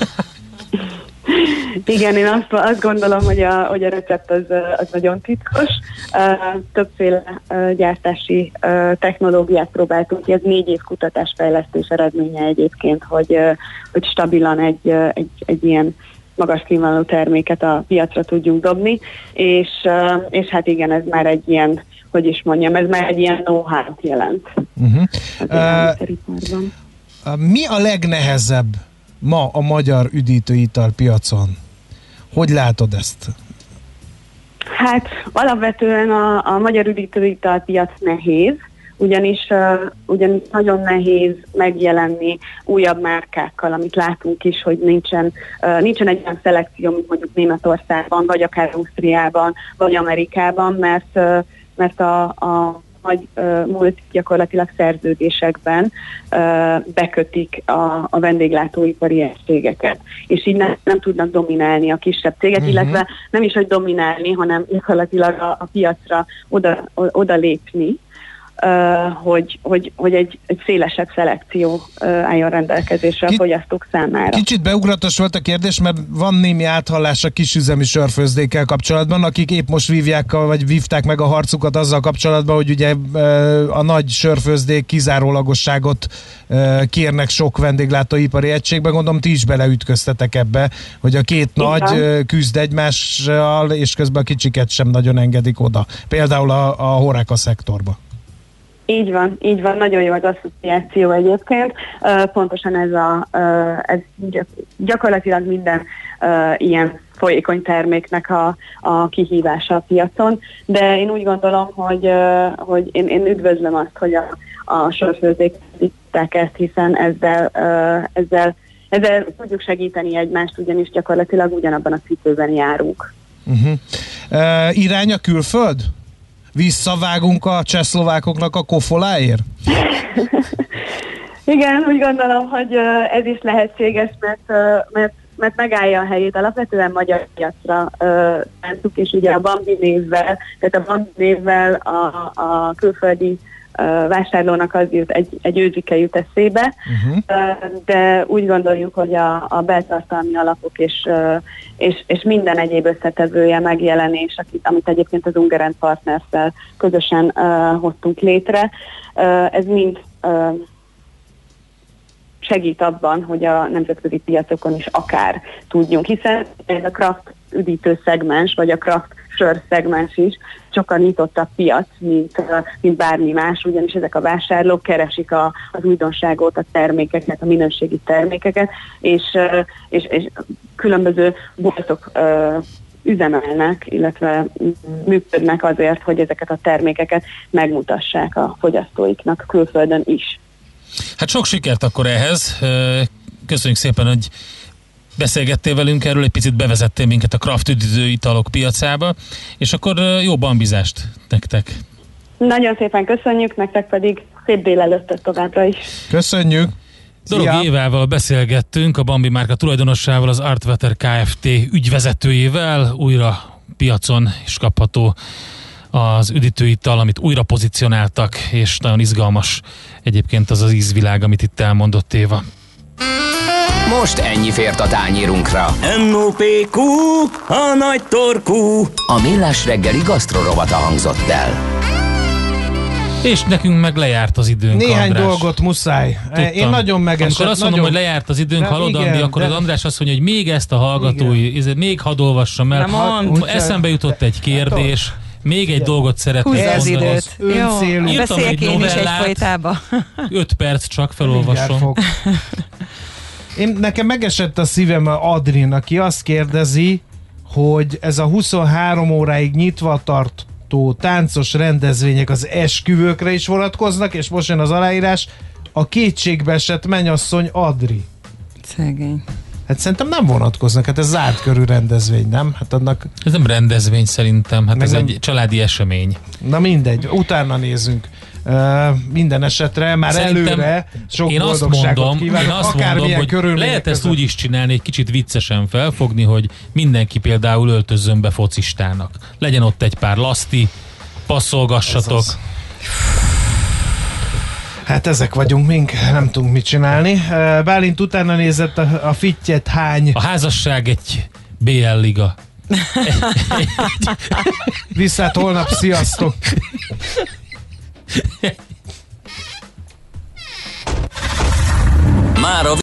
Igen, én azt gondolom, hogy a recept az nagyon titkos. Többféle gyártási technológiát próbáltunk ki, ez 4 év kutatásfejlesztés eredménye egyébként, hogy stabilan egy ilyen magas színvonalú terméket a piacra tudjunk dobni, és hát igen, ez már egy ilyen, hogy is mondjam, ez már egy ilyen know-how-t jelent. Mi a legnehezebb ma a magyar üdítőital piacon? Hogy látod ezt? Hát alapvetően a magyar üdítőital piac nehéz, ugyanis nagyon nehéz megjelenni újabb márkákkal, amit látunk is, hogy nincsen egy olyan szelekció, mint mondjuk Németországban, vagy akár Ausztriában, vagy Amerikában, mert a nagy múlt gyakorlatilag szerződésekben bekötik a vendéglátóipari egységeket. És így nem tudnak dominálni a kisebb cégek, illetve nem is, hogy dominálni, hanem gyakorlatilag a piacra oda lépni, hogy egy szélesebb szelekció álljon rendelkezésre a fogyasztók számára. Kicsit beugratos volt a kérdés, mert van némi áthallás a kisüzemi sörfőzdékkel kapcsolatban, akik épp most vívták meg a harcukat azzal kapcsolatban, hogy ugye a nagy sörfőzdék kizárólagosságot kérnek sok vendéglátóipari egységben. Gondolom, ti is beleütköztetek ebbe, hogy a két nagy küzd egymással, és közben a kicsiket sem nagyon engedik oda. Például a Horeca szektorba. Így van, nagyon jó az asszociáció egyébként. Pontosan ez gyakorlatilag minden ilyen folyékony terméknek a kihívása a piacon, de én úgy gondolom, hogy én üdvözlöm azt, hogy a sörfőzdék vitták ezt, hiszen ezzel tudjuk segíteni egymást, ugyanis gyakorlatilag ugyanabban a cipőben járunk. Irány a külföld? Visszavágunk a csehszlovákoknak a kofoláért? Igen, úgy gondolom, hogy ez is lehetséges, mert megállja a helyét. Alapvetően magyar piacra szántuk, és ugye a Bambi névvel a külföldi vásárlónak az jut, egy őzike jut eszébe, de úgy gondoljuk, hogy a beltartalmi alapok és minden egyéb összetevője, megjelenés, amit egyébként az Ungern Partnerszel közösen hoztunk létre, ez mind segít abban, hogy a nemzetközi piacokon is akár tudjunk, hiszen ez a craft üdítő szegmens, vagy a craft sör szegmens is sokkal nyitottabb piac, mint bármi más, ugyanis ezek a vásárlók keresik az újdonságot, a termékeket, a minőségi termékeket, és különböző boltok üzemelnek, illetve működnek azért, hogy ezeket a termékeket megmutassák a fogyasztóiknak külföldön is. Hát sok sikert akkor ehhez. Köszönjük szépen, hogy beszélgettél velünk erről, egy picit bevezettél minket a craft üdítőitalok piacába, és akkor jó bambizást nektek. Nagyon szépen köszönjük, nektek pedig szép délelőttet továbbra is. Köszönjük! Dorog Évával beszélgettünk, a Bambi márka tulajdonossával, az Artwater Kft. Ügyvezetőjével, újra piacon is kapható az üdítőital, amit újra pozícionáltak, és nagyon izgalmas egyébként az ízvilág, amit itt elmondott Éva. Most ennyi fért a tányérunkra. M.O.P.Q. a nagy torkú. A Millás reggeli gasztrorovata hangzott el. És nekünk meg lejárt az időnk, Néhány András. dolgot muszáj. Tudtam. Én nagyon megesett. Amikor azt mondom, hogy lejárt az időnk, hallod, Andi, akkor az András azt mondja, hogy még ezt a hallgatói, még hadd olvassam el. Eszembe jutott egy kérdés. Még egy dolgot szeretnék mondani. Húzza az időt. Jó, beszéljek én is egyfolytában. 5 perc csak, felolvasom. Nekem megesett a szívem Adrin, aki azt kérdezi, hogy ez a 23 óráig nyitva tartó táncos rendezvények az esküvőkre is vonatkoznak, és most jön az aláírás, a kétségbeesett mennyasszony Adri. Szegény. Hát szerintem nem vonatkoznak, hát ez zárt körű rendezvény, nem? Hát annak... Ez nem rendezvény szerintem, hát ez egy családi esemény. Na mindegy, utána nézünk. Minden esetre már szerintem előre sok boldogságot kívánok, akármilyen körülmények lehet ezt úgy is csinálni, egy kicsit viccesen felfogni, hogy mindenki például öltözzön be focistának. Legyen ott egy pár laszti, passzolgassatok. Hát ezek vagyunk mink, nem tudunk mit csinálni. Bálint utána nézett a fittyet hány. A házasság egy BL liga. Viszont holnap, sziasztok! Mára